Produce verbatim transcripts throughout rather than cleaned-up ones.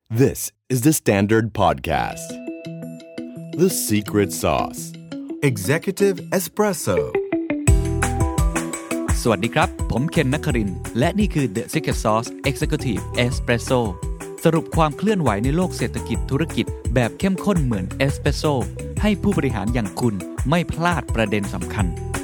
This is the Standard Podcast. The Secret Sauce. Executive Espresso. สวัสดีครับผมเคนนครินทร์และนี่คือ The Secret Sauce Executive Espresso สรุปความเคลื่อนไหวในโลกเศรษฐกิจธุรกิจแบบเข้มข้นเหมือนเอสเปรสโซ่ให้ผู้บริหารอย่างคุณไม่พลาดประเด็นสำคัญ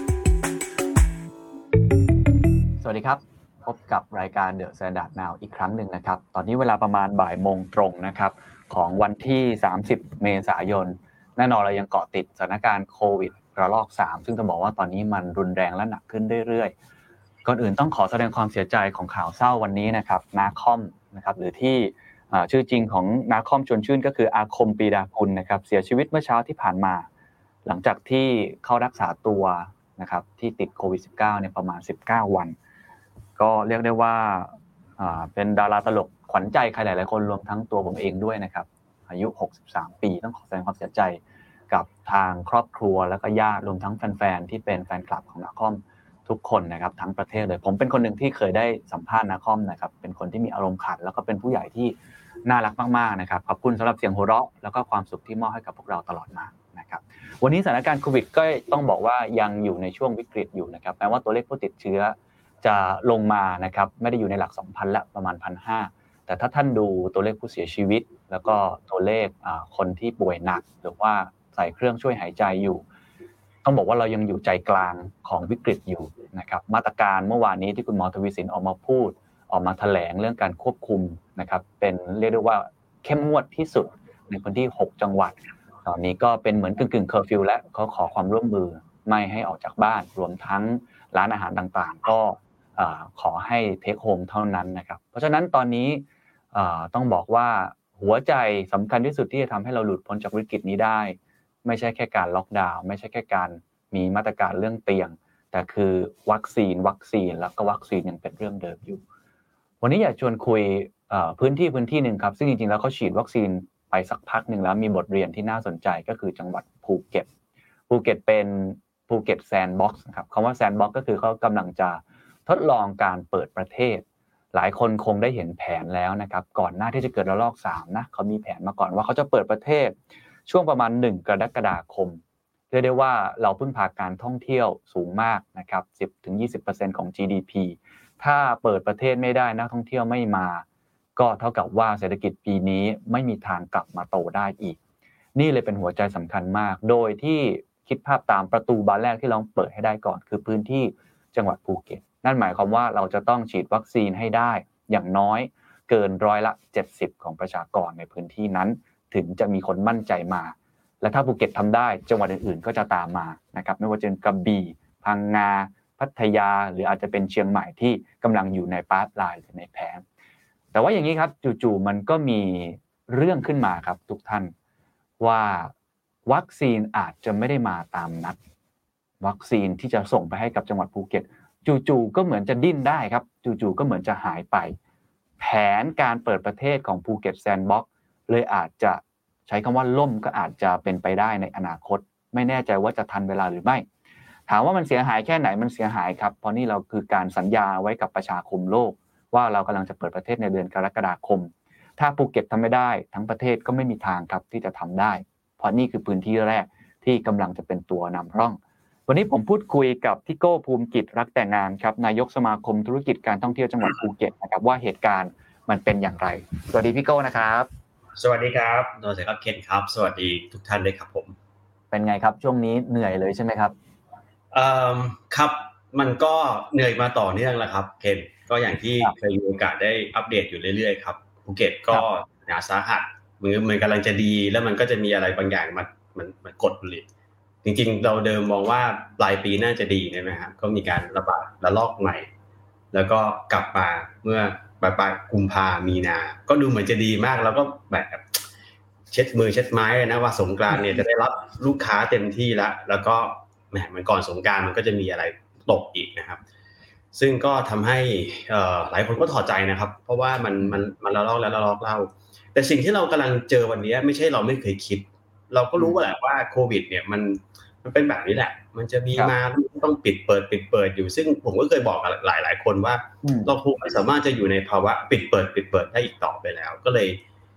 สวัสดีครับพบกับรายการ The Standard Now อีกครั้งหนึ่งนะครับตอนนี้เวลาประมาณบ่ายโมงตรงนะครับของวันที่สามสิบเมษายนแน่นอนเรายังเกาะติดสถานการณ์โควิดระลอกสามซึ่งต้องบอกว่าตอนนี้มันรุนแรงและหนักขึ้นเรื่อยๆก่อนอื่นต้องขอแสดงความเสียใจของข่าวเศร้าวันนี้นะครับนาคอมนะครับหรือที่ชื่อจริงของนาคอมชวนชื่นก็คืออาคมปีดากุลนะครับเสียชีวิตเมื่อเช้าที่ผ่านมาหลังจากที่เข้ารักษาตัวนะครับที่ติดโควิด สิบเก้า เนี่ยประมาณสิบเก้าวันก็เรียกได้ว่าเป็นดาราตลกขวัญใจใครหลายๆคนรวมทั้งตัวผมเองด้วยนะครับอายุหกสิบสามปีต้องขอแสดงความเสียใจกับทางครอบครัวแล้วก็ญาติรวมทั้งแฟนๆที่เป็นแฟนคลับของนาคอมทุกคนนะครับทั้งประเทศเลยผมเป็นคนหนึ่งที่เคยได้สัมภาษณ์นาคอมนะครับเป็นคนที่มีอารมณ์ขันแล้วก็เป็นผู้ใหญ่ที่น่ารักมากๆนะครับขอบคุณสำหรับเสียงหัวเราะแล้วก็ความสุขที่มอบให้กับพวกเราตลอดมานะครับวันนี้สถานการณ์โควิดก็ต้องบอกว่ายังอยู่ในช่วงวิกฤตอยู่นะครับแม้ว่าตัวเลขผู้ติดเชื้อจะลงมานะครับไม่ได้อยู่ในหลัก สองพัน ละประมาณ หนึ่งพันห้าร้อย แต่ถ้าท่านดูตัวเลขผู้เสียชีวิตแล้วก็ตัวเลขคนที่ป่วยหนักหรือว่าใส่เครื่องช่วยหายใจอยู่ต้องบอกว่าเรายังอยู่ใจกลางของวิกฤตอยู่นะครับมาตรการเมื่อวานนี้ที่คุณหมอทวีสินออกมาพูดออกมาแถลงเรื่องการควบคุมนะครับเป็นเรียกได้ว่าเข้มงวดที่สุดในพื้นที่หกจังหวัดตอนนี้ก็เป็นเหมือนกึ่งๆเคอร์ฟิวแล้วเขาขอความร่วมมือไม่ให้ออกจากบ้านรวมทั้งร้านอาหารต่างๆก็ขอให้เทคโฮมเท่านั้นนะครับเพราะฉะนั้นตอนนี้ต้องบอกว่าหัวใจสำคัญที่สุดที่จะทำให้เราหลุดพ้นจากวิกฤตนี้ได้ไม่ใช่แค่การล็อกดาวน์ไม่ใช่แค่การมีมาตรการเรื่องเตียงแต่คือวัคซีนวัคซีนแล้วก็วัคซีนยังเป็นเรื่องเดิมอยู่วันนี้อยากชวนคุยพื้นที่พื้นที่นึงครับซึ่งจริงๆแล้วเขาฉีดวัคซีนไปสักพักนึงแล้วมีบทเรียนที่น่าสนใจก็คือจังหวัดภูเก็ตภูเก็ตเป็นภูเก็ตแซนด์บ็อกซ์ครับคำว่าแซนด์บ็อกซ์ก็คือเขากำลังจะทดลองการเปิดประเทศหลายคนคงได้เห็นแผนแล้วนะครับก่อนหน้าที่จะเกิดระลอกสามนะเขามีแผนมาก่อนว่าเขาจะเปิดประเทศช่วงประมาณหนึ่งกรกฎาคมเรียกได้ว่าเราพึ่งพาการท่องเที่ยวสูงมากนะครับ สิบถึงยี่สิบเปอร์เซ็นต์ ของ จี ดี พี ถ้าเปิดประเทศไม่ได้นักท่องเที่ยวไม่มาก็เท่ากับว่าเศรษฐกิจปีนี้ไม่มีทางกลับมาโตได้อีกนี่เลยเป็นหัวใจสำคัญมากโดยที่คิดภาพตามประตูบานแรกที่เราเปิดให้ได้ก่อนคือพื้นที่จังหวัดภูเก็ตนั่นหมายความว่าเราจะต้องฉีดวัคซีนให้ได้อย่างน้อยเกินร้อยละเจ็ดสิบของประชากรในพื้นที่นั้นถึงจะมีคนมั่นใจมาและถ้าภูเก็ตทำได้จังหวัดอื่นๆก็จะตามมานะครับไม่ว่าจะเป็นกระบี่พังงาพัทยาหรืออาจจะเป็นเชียงใหม่ที่กำลังอยู่ในพาธไลน์หรือในแผนแต่ว่าอย่างนี้ครับจู่ๆมันก็มีเรื่องขึ้นมาครับทุกท่านว่าวัคซีนอาจจะไม่ได้มาตามนัดวัคซีนที่จะส่งไปให้กับจังหวัดภูเก็ตจู่ๆก็เหมือนจะดิ้นได้ครับจู่ๆก็เหมือนจะหายไปแผนการเปิดประเทศของภูเก็ตแซนด์บ็อกซ์เลยอาจจะใช้คำว่าล่มก็อาจจะเป็นไปได้ในอนาคตไม่แน่ใจว่าจะทันเวลาหรือไม่ถามว่ามันเสียหายแค่ไหนมันเสียหายครับเพราะนี่เราคือการสัญญาไว้กับประชาคมโลกว่าเรากำลังจะเปิดประเทศในเดือนกรกฎาคมถ้าภูเก็ตทำไม่ได้ทั้งประเทศก็ไม่มีทางครับที่จะทำได้เพราะนี่คือพื้นที่แรกที่กำลังจะเป็นตัวนำร่องวันนี้ผมพูดคุยกับพี่โก้ภูมิกิจรักแต่งงานครับนายกสมาคมธุรกิจการท่องเที่ยวจังหวัดภูเก็ตนะครับว่าเหตุการณ์มันเป็นอย่างไรสวัสดีพี่โก้นะครับสวัสดีครับสวัสดีครับเคนครับสวัสดีทุกท่านเลยครับผมเป็นไงครับช่วงนี้เหนื่อยเลยใช่ไหมครับเอ่อครับมันก็เหนื่อยมาต่อเนื่องแล้วครับเคนก็อย่างที่เคยมีโอกาสได้อัปเดตอยู่เรื่อยๆครับภูเก็ตก็หนาสาหัสมือมันกำลังจะดีแล้วมันก็จะมีอะไรบางอย่างมันมันมันกดผลิตจริงๆเราเดิมมองว่าปลายปีน่าจะดีใช่ไหมครับก็มีการระบาดระลอกใหม่แล้วก็กลับมาเมื่อปลายปลายกุมภามีนาก็ดูเหมือนจะดีมากแล้วก็แบบเช็ดมือเช็ดไม้นะว่าสงกรานต์เนี่ยจะได้รับลูกค้าเต็มที่แล้วแล้วก็แหมมันก่อนสงกรานต์มันก็จะมีอะไรตกอีกนะครับซึ่งก็ทำให้หลายคนก็ถอดใจนะครับเพราะว่ามันมันมันระลอกแล้วระลอกเล่าแต่สิ่งที่เรากำลังเจอวันนี้ไม่ใช่เราไม่เคยคิดเราก็รู้ว่าแหละว่าโควิดเนี่ยมันมันเป็นแบบนี้แหละมันจะมีมาต้องปิดเปิดปิดเปิดอยู่ซึ่งผมก็เคยบอกกับหลายๆคนว่าเราคงไม่สามารถจะอยู่ในภาวะปิดเปิดปิดเปิดได้อีกต่อไปแล้วก็เลย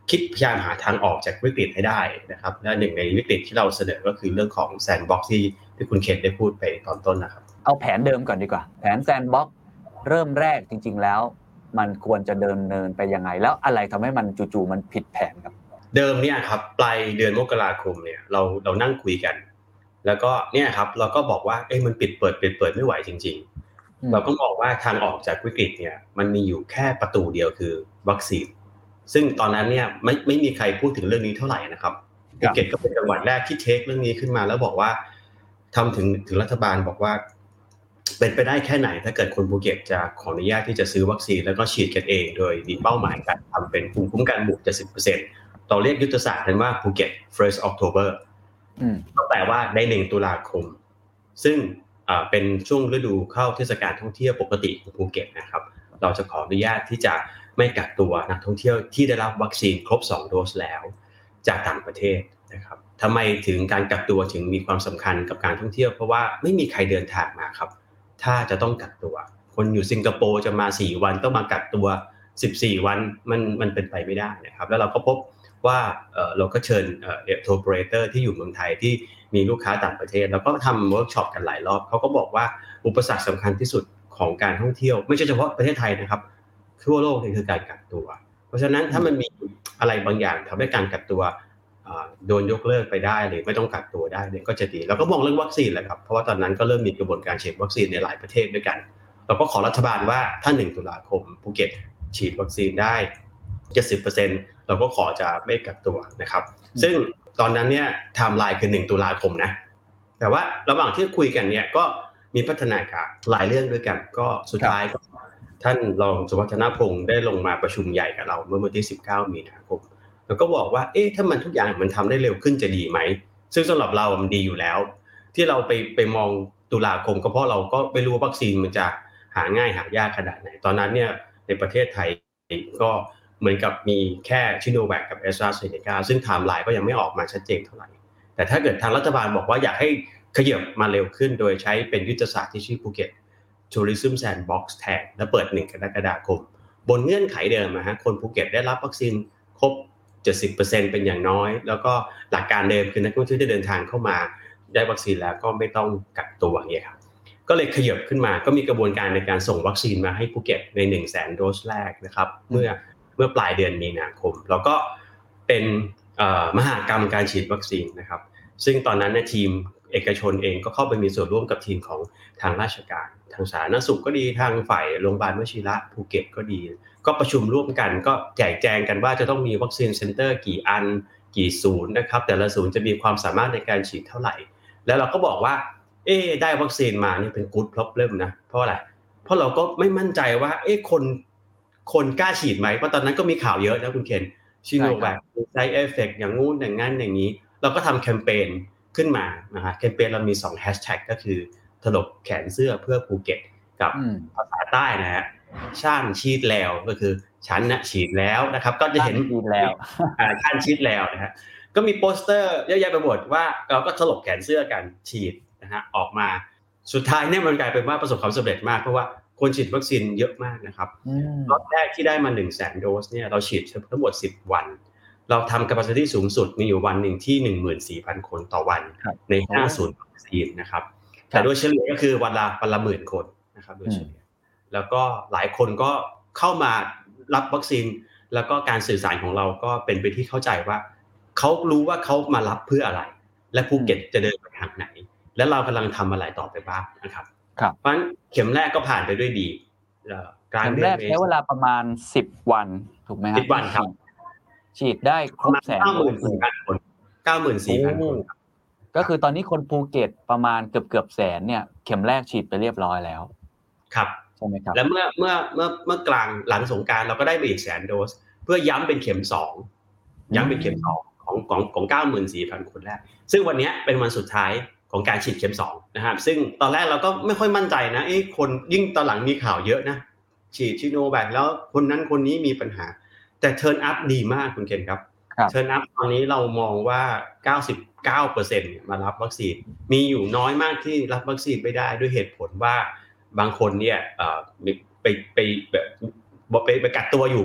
คิดพยายามหาทางออกจากวิกฤตให้ได้นะครับและหนึ่งในวิกฤตที่เราเสนอก็คือเรื่องของแซนด์บ็อกซ์ที่ที่คุณเคนได้พูดไปตอนต้นนะครับเอาแผนเดิมก่อนดีกว่าแผนแซนด์บ็อกซ์เริ่มแรกจริงๆแล้วมันควรจะเดินเนินไปยังไงแล้วอะไรทำให้มันจู่ๆมันผิดแผนครับเดิมเนี่ยครับปลายเดือนมกราคมเนี่ยเราเรานั่งคุยกันแล้วก็เนี่ยครับเราก็บอกว่าเอ้ยมันปิดเปิดปิดเปิดไม่ไหวจริงๆเราก็มองว่าทางออกจากวิกฤตเนี่ยมันมีอยู่แค่ประตูเดียวคือวัคซีนซึ่งตอนนั้นเนี่ยไม่ไม่มีใครพูดถึงเรื่องนี้เท่าไหร่นะครับภูเก็ตก็เป็นจังหวัดแรกที่เทคเรื่องนี้ขึ้นมาแล้วบอกว่าทำถึงถึงรัฐบาลบอกว่าเป็นไปได้แค่ไหนถ้าเกิดคนภูเก็ตจะขออนุญาตที่จะซื้อวัคซีนแล้วก็ฉีดกันเองโดยมีเป้าหมายการทำเป็นภูมิคุ้มกันหมู่ เจ็ดสิบเปอร์เซ็นต์ เราเรียกยุทธศาสตร์กันว่าภูเก็ต first October ก็แปลว่าในหนึ่งตุลาคมซึ่งเป็นช่วงฤดูเข้าเทศกาลท่องเที่ยวปกติของภูเก็ตนะครับเราจะขออนุญาตที่จะไม่กักตัวนักท่องเที่ยวที่ได้รับวัคซีนครบสองโดสแล้วจากต่างประเทศนะครับทำไมถึงการกักตัวถึงมีความสำคัญกับการท่องเที่ยวเพราะว่าไม่มีใครเดินทางมาครับถ้าจะต้องกักตัวคนอยู่สิงคโปร์จะมาสี่วันต้องมากักตัวสิบสี่วันมันมันเป็นไปไม่ได้นะครับแล้วเราก็พบว่าเอ่อเราก็เชิญเอ่อทัวร์โอเปอเรเตอร์ที่อยู่เมืองไทยที่มีลูกค้าต่างประเทศแล้วก็ทำเวิร์คช็อปกันหลายรอบเขาก็บอกว่าอุปสรรคสำคัญที่สุดของการท่องเที่ยวไม่ใช่เฉพาะประเทศไทยนะครับทั่วโลกนี่คือการกักตัวเพราะฉะนั้นถ้ามันมีอะไรบางอย่างทำให้การกักตัวโดนยกเลิกไปได้หรือไม่ต้องกักตัวได้เนี่ยก็จะดีแล้วก็มองเรื่องวัคซีนแหละครับเพราะว่าตอนนั้นก็เริ่มมีกระบวนการฉีดวัคซีนในหลายประเทศด้วยกันเราก็ขอรัฐบาลว่าถ้าหนึ่งตุลาคมภูเก็ตฉีดวัคซีนได้ เจ็ดสิบเปอร์เซ็นต์ เราก็ขอจะไม่กักตัวนะครับซึ่งตอนนั้นเนี่ยไทม์ไลน์คือหนึ่งตุลาคมนะแต่ว่าระหว่างที่คุยกันเนี่ยก็มีพัฒนาการหลายเรื่องด้วยกันก็สุดท้ายก็ท่านรองสุวัฒนพงศ์ได้ลงมาประชุมใหญ่กับเราเมื่อวันที่สิบเก้ามีนาคมแล้วก็บอกว่าเอ๊ะถ้ามันทุกอย่างมันทำได้เร็วขึ้นจะดีไหมซึ่งสำหรับเรามันดีอยู่แล้วที่เราไปไปมองตุลาคมก็เพราะเราก็ไม่รู้ว่าวัคซีนมันจะหาง่ายหายากขนาดไหนตอนนั้นเนี่ยในประเทศไทยก็เหมือนกับมีแค่ชิโนแวคกับแอสตราเซเนกาซึ่งไทม์ไลน์ก็ยังไม่ออกมาชัดเจนเท่าไหร่แต่ถ้าเกิดทางรัฐบาลบอกว่าอยากให้ขยับมาเร็วขึ้นโดยใช้เป็นยุทธศาสตร์ที่ชื่อภูเก็ต Tourism Sandbox แทนและเปิดหนึ่งกรกฎาคมบนเงื่อนไขเดิมนะฮะคนภูเก็ตได้รับวัคซีนครบ เจ็ดสิบเปอร์เซ็นต์ เป็นอย่างน้อยแล้วก็หลักการเดิมคือนักท่องเที่ยวที่เดินทางเข้ามาได้วัคซีนแล้วก็ไม่ต้องกักตัวอย่างเงี้ยครับก็เลยขยับขึ้นมาก็มีกระบวนการในการส่งวัคซีนมาให้ภูเก็ตใน หนึ่งแสน โดสแรกนะครับเมื่อเมื่อปลายเดือนมีนาคมแล้วก็เป็นมหกรรมการฉีดวัคซีนนะครับซึ่งตอนนั้นเนี่ยทีมเอกชนเองก็เข้าไปมีส่วนร่วมกับทีมของทางราชการทางสาธารณสุขก็ดีทางฝ่ายโรงพยาบาลวชิระภูเก็ตก็ดีก็ประชุมร่วมกันก็แจกแจงกันว่าจะต้องมีวัคซีนเซ็นเตอร์กี่อันกี่ศูนย์นะครับแต่ละศูนย์จะมีความสามารถในการฉีดเท่าไหร่แล้วเราก็บอกว่าเอ๊ะได้วัคซีนมานี่เป็น good problem นะเพราะอะไรเพราะเราก็ไม่มั่นใจว่าเอ๊ะคนคนกล้าฉีดไหมเพราะตอนนั้นก็มีข่าวเยอะนะคุณเคนชิโนแวคไซด์เอฟเฟคอย่างงู้นอย่างงั้นอย่างนี้เราก็ทำแคมเปญขึ้นมานะฮะแคมเปญเรามีสองแฮชแท็กก็คือถลกแขนเสื้อเพื่อภูเก็ตกับภาษาใต้นะฮะช่างฉีดแล้วก็คือฉันนะฉีดแล้วนะครับก็จะเห็นฉีดแล้วอ่าช่างฉีดแล้วนะฮะก็มีโปสเตอร์เยอะแยะไปหมดว่าเราก็ถลกแขนเสื้อกันฉีดนะฮะออกมาสุดท้ายเนี่ยมันกลายเป็นว่าประสบความสำเร็จมากเพราะว่าคนฉีดวัคซีนเยอะมากนะครับรอบแรกที่ได้มา หนึ่งแสน โดสเนี่ยเราฉีดทั้งหมดสิบวันเราทำ capacity สูงสุดมีอยู่วันหนึ่งที่ หนึ่งหมื่นสี่พัน คนต่อวันในห้าศูนย์วัคซีนนะครับแต่โดยเฉลี่ยก็คือวันละวันละหมื่นคนนะครับโดยเฉลี่ยแล้วก็หลายคนก็เข้ามารับวัคซีนแล้วก็การสื่อสารของเราก็เป็นไปที่เข้าใจว่าเขารู้ว่าเขามารับเพื่ออะไรและภูเก็ตจะเดินไปทางไหนและเรากำลังทำอะไรต่อไปบ้างนะครับเพราะฉะนั้นเข็มแรกก็ผ่านไปด้วยดีเข็มแรกใช้เวลาประมาณสิบวันถูกไหมครับสิบวันครับฉีดได้ครบแสนเก้าหมื่นสี่พัน คน เก้าหมื่นสี่พัน คนก็คือตอนนี้คนภูเก็ตประมาณเกือบๆแสนเนี่ยเข็มแรกฉีดไปเรียบร้อยแล้วครับใช่ไหมครับแล้วเมื่อเมื่อเมื่อเมื่อกลางหลังสงกรานต์เราก็ได้ไปอีกแสนโดสเพื่อย้ำเป็นเข็มสองย้ำเป็นเข็มสองของของของ เก้าหมื่นสี่พัน คนแรกซึ่งวันนี้เป็นวันสุดท้ายของการฉีดเข็มสองนะครับซึ่งตอนแรกเราก็ไม่ค่อยมั่นใจนะเอ๊ะคนยิ่งตอนหลังมีข่าวเยอะนะฉีดชิโนแวคแล้วคนนั้นคนนี้มีปัญหาแต่เทิร์นอัพดีมากคุณเคนครับเทิร์นอัพตอนนี้เรามองว่า เก้าสิบเก้าเปอร์เซ็นต์ มารับวัคซีนมีอยู่น้อยมากที่รับวัคซีนไม่ได้ด้วยเหตุผลว่าบางคนเนี่ยเอ่อไปไปแบบไปไปกักตัวอยู่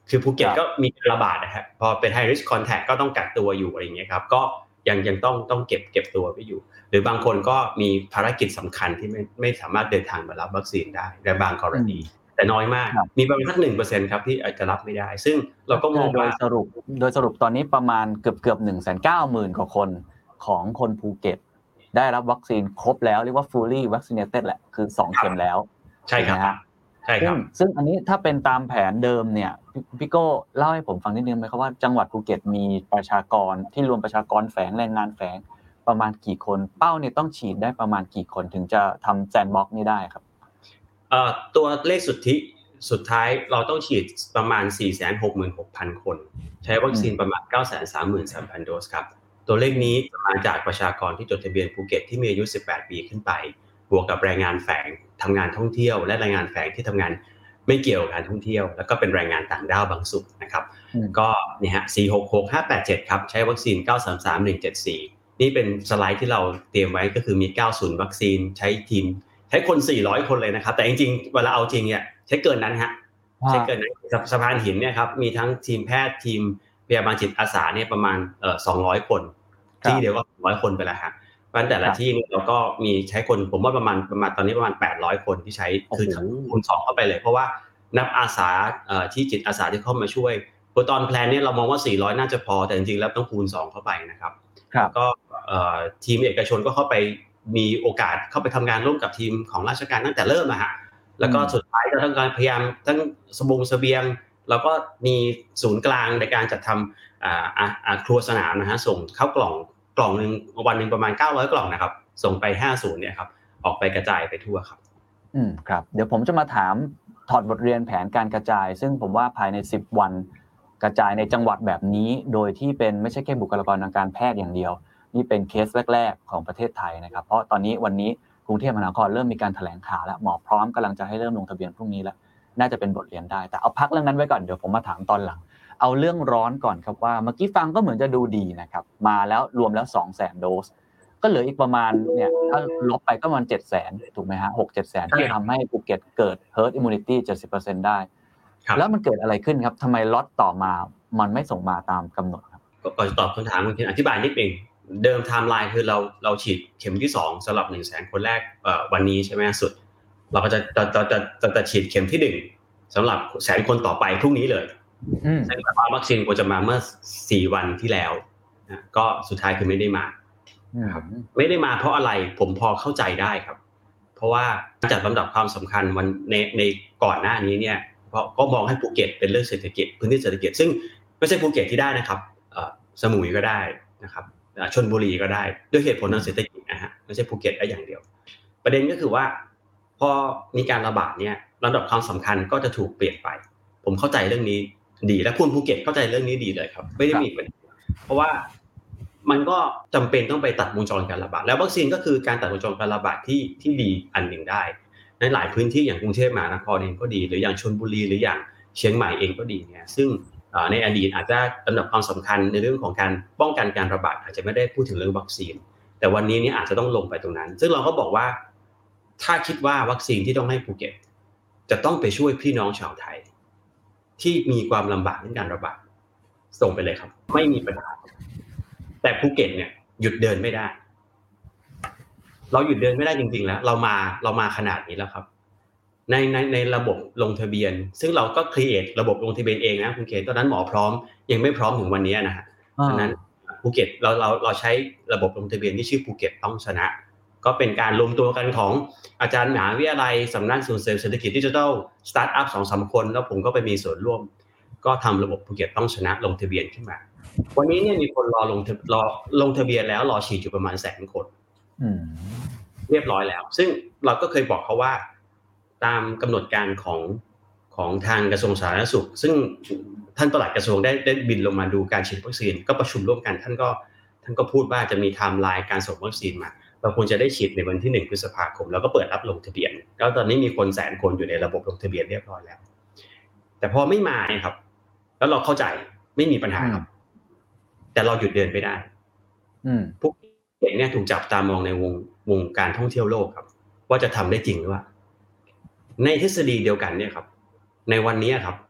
คือภูเก็ตก็มีการระบาดนะฮะพอเป็น high risk contact ก็ต้องกักตัวอยู่อะไรอย่างเงี้ยครับก็ยังยังต้องต้องเก็บเก็บตัวไว้อยู่หรือบางคนก็มีภารกิจสำคัญที่ไม่ไม่สามารถเดินทางมารับวัคซีนได้ในบางกรณีแต่น้อยมากมีประมาณสัก หนึ่งเปอร์เซ็นต์ ครับที่อาจจะรับไม่ได้ซึ่งเราก็มองว่าโดยสรุปโดยสรุปตอนนี้ประมาณเกือบๆ หนึ่งแสนเก้าหมื่น กว่าคนของคนภูเก็ตได้รับวัคซีนครบแล้วเรียกว่า fully vaccinated แหละคือสองเข็มแล้วใช่ครับใช่ครับซึ่งอันนี้ถ้าเป็นตามแผนเดิมเนี่ยพี่โก้เล่าให้ผมฟังนิดนึงไหมครับว่าจังหวัดภูเก็ตมีประชากรที่รวมประชากรแฝงแรงงานแฝงประมาณกี่คนเป้าเนี่ยต้องฉีดได้ประมาณกี่คนถึงจะทำแซนด์บ็อกซ์นี่ได้ครับเอ่อตัวเลขสุทธิสุดท้ายเราต้องฉีดประมาณ สี่แสนหกหมื่นหกพัน คนใช้วัคซีนประมาณ เก้าแสนสามหมื่นสามพัน โดสครับตัวเลขนี้มาจากประชากรที่จดทะเบียนภูเก็ตที่มีอายุสิบแปดปีขึ้นไปบวกกับแรงงานแฝงทำงานท่องเที่ยวและแรงงานแฝงที่ทำงานไม่เกี่ยวกับการท่องเที่ยวแล้วก็เป็นแรงงานต่างด้าวบางส่วนนะครับก็นี่ฮะสี่ หก หก ห้า แปด เจ็ดครับใช้วัคซีนเก้า สาม สาม หนึ่ง เจ็ด สี่นี่เป็นสไลด์ที่เราเตรียมไว้ก็คือมีเก้าศูนย์วัคซีนใช้ทีมใช้คนสี่ร้อยคนเลยนะครับแต่จริงๆเวลาเอาจริงเนี่ยใช้เกินนั้นฮะใช้เกินนั้นสะพานหินเนี่ยครับมีทั้งทีมแพทย์ทีมพยาบาลจิตอาสาเนี่ยประมาณเอ่อสองร้อยคนที่เดียวก็หนึ่งร้อยคนไปแล้วฮะเพราะแต่ละที่นี่เราก็มีใช้คนผมว่าประมาณประมาณตอนนี้ประมาณแปดร้อยคนที่ใช้คือคูณสองเข้าไปเลยเพราะว่านับอาสาเอ่อที่จิตอาสาที่เข้ามาช่วยพอตอนแพลนเนี่ยเรามองว่าสี่ร้อยน่าจะพอแต่จริงๆแล้วต้องคูณสองเข้าไปนะครับก็เอ่อทีมเอกชนก็เข้าไปมีโอกาสเข้าไปทำงานร่วมกับทีมของราชการตั้งแต่เริ่มอะฮะแล้วก็สุดท้ายก็ต้องการพยายามทั้งสบงเสบียงแล้วก็มีศูนย์กลางในการจัดทำอ่าอ่าครัวสนามนะฮะส่งเข้ากล่องกล่องนึงวันนึงประมาณเก้าร้อยกล่องนะครับส่งไปห้าศูนย์เนี่ยครับออกไปกระจายไปทั่วครับอืมครับเดี๋ยวผมจะมาถามถอดบทเรียนแผนการกระจายซึ่งผมว่าภายในสิบวันกระจายในจังหวัดแบบนี้โดยที่เป็นไม่ใช่แค่บุคลากรทางการแพทย์อย่างเดียวนี่เป็นเคสแรกๆของประเทศไทยนะครับเพราะตอนนี้วันนี้กรุงเทพมหานครเริ่มมีการแถลงข่าวแล้วหมอพร้อมกำลังจะให้เริ่มลงทะเบียนพรุ่งนี้แล้วน่าจะเป็นบทเรียนได้แต่เอาพักเรื่องนั้นไว้ก่อนเดี๋ยวผมมาถามตอนหลังเอาเรื่องร้อนก่อนครับว่าเมื่อกี้ฟังก็เหมือนจะดูดีนะครับมาแล้วรวมแล้ว สองแสน โดสก็เหลืออีกประมาณเนี่ยถ้าลบไปก็ประมาณ เจ็ดแสน ถูกมั้ยฮะ หก เจ็ดแสนที่จะทำให้ภูเก็ตเกิด herd immunity เจ็ดสิบเปอร์เซ็นต์ ได้แล้วมันเกิดอะไรขึ้นครับทำไมล็อตต่อมามันไม่ส่งมาตามกำหนดครับก่อนจะตอบคำถามคุณเคนอธิบายนิดนึงเดิมไทม์ไลน์คือเราเราฉีดเข็มที่สองสำหรับ หนึ่งแสน คนแรกเอ่อวันนี้ใช่มั้ยสุดเราก็จะจะจะจะจะฉีดเข็มที่หนึ่งสำหรับแสนคนต่อไปพรุ่งนี้เลยอืมซึ่งแบบว่าวัคซีนควรจะมาเมื่อสี่วันที่แล้วนะก็สุดท้ายคือไม่ได้มาครับไม่ได้มาเพราะอะไรผมพอเข้าใจได้ครับเพราะว่าจัดลำดับความสำคัญวันในในก่อนหน้านี้เนี่ยเพราะก็มองให้ภูเก็ตเป็นเรื่องเศรษฐกิจพื้นที่เศรษฐกิจซึ่งไม่ใช่ภูเก็ตที่ได้นะครับเอ่อสมุยก็ได้นะครับชลบุรีก็ได้ด้วยเหตุผลทางเศรษฐกิจนะฮะไม่ใช่ภูเก็ตได้อย่างเดียวประเด็นก็คือว่าพอมีการระบาดเนี่ยลำดับความสำคัญก็จะถูกเปลี่ยนไปผมเข้าใจเรื่องนี้ดีและคนภูเก็ตเข้าใจเรื่องนี้ดีเลยครับไม่ได้มีปัญหาเพราะว่ามันก็จำเป็นต้องไปตัดวงจรการระบาดแล้ววัคซีนก็คือการตัดวงจรการระบาดที่ที่ดีอันหนึ่งได้ในหลายพื้นที่อย่างกรุงเทพมหานครเองก็ดีหรืออย่างชลบุรีหรืออย่างเชียงใหม่เองก็ดีเนี่ยซึ่งในอดีตอาจจะลำดับความสำคัญในเรื่องของการป้องกันการระบาดอาจจะไม่ได้พูดถึงเรื่องวัคซีนแต่วันนี้นี่อาจจะต้องลงไปตรงนั้นซึ่งเราก็บอกว่าถ้าคิดว่าวัคซีนที่ต้องให้ภูเก็ตจะต้องไปช่วยพี่น้องชาวไทยที่มีความลำบากในการระบาดส่งไปเลยครับไม่มีปัญหาแต่ภูเก็ตเนี่ยหยุดเดินไม่ได้เราหยุดเดินไม่ได้จริงๆแล้วเรามาเรามาขนาดนี้แล้วครับในในในระบบลงทะเบียนซึ่งเราก็ครีเอทระบบลงทะเบียนเองนะคุณเคนตอนนั้นหมอพร้อมยังไม่พร้อมถึงวันนี้นะฮะฉะนั้นภูเก็ตเราเราเราใช้ระบบลงทะเบียนที่ชื่อภูเก็ตต้องชนะก็เป็นการรวมตัวกันของอาจารย์มหาวิทยาลัยสำนักส่งเสริมเศรษฐกิจดิจิทัลสตาร์ทอัพ สองถึงสาม คนแล้วผมก็ไปมีส่วนร่วมก็ทำระบบภูเก็ตต้องชนะลงทะเบียนขึ้นมาวันนี้เนี่ยมีคนรอลงรอลงทะเบียนแล้วรอฉีดอยู่ประมาณแสนคนเรียบร้อยแล้วซึ่งเราก็เคยบอกเขาว่าตามกำหนดการของของทางกระทรวงสาธารณสุขซึ่งท่านปลัดกระทรวงได้ได้บินลงมาดูการฉีดวัคซีนก็ประชุมร่วมกันท่านก็ท่านก็พูดว่าจะมีไทม์ไลน์การส่งวัคซีนมาเราควรจะได้ฉีดในวันที่หนึ่งพฤษภาคมแล้วก็เปิดรับลงทะเบียนแล้วตอนนี้มีคนแสนคนอยู่ในระบบลงทะเบียนเรียบร้อยแล้วแต่พอไม่มาเนี่ยครับแล้วเราเข้าใจไม่มีปัญหาครับแต่เราหยุดเดินไม่ได้พวกเด็กเนี่ยถูกจับตามองในวงวงการท่องเที่ยวโลกครับว่าจะทำได้จริงหรือเปล่าในทฤษฎีเดียวกันเนี่ยครับในวันนี้ครับ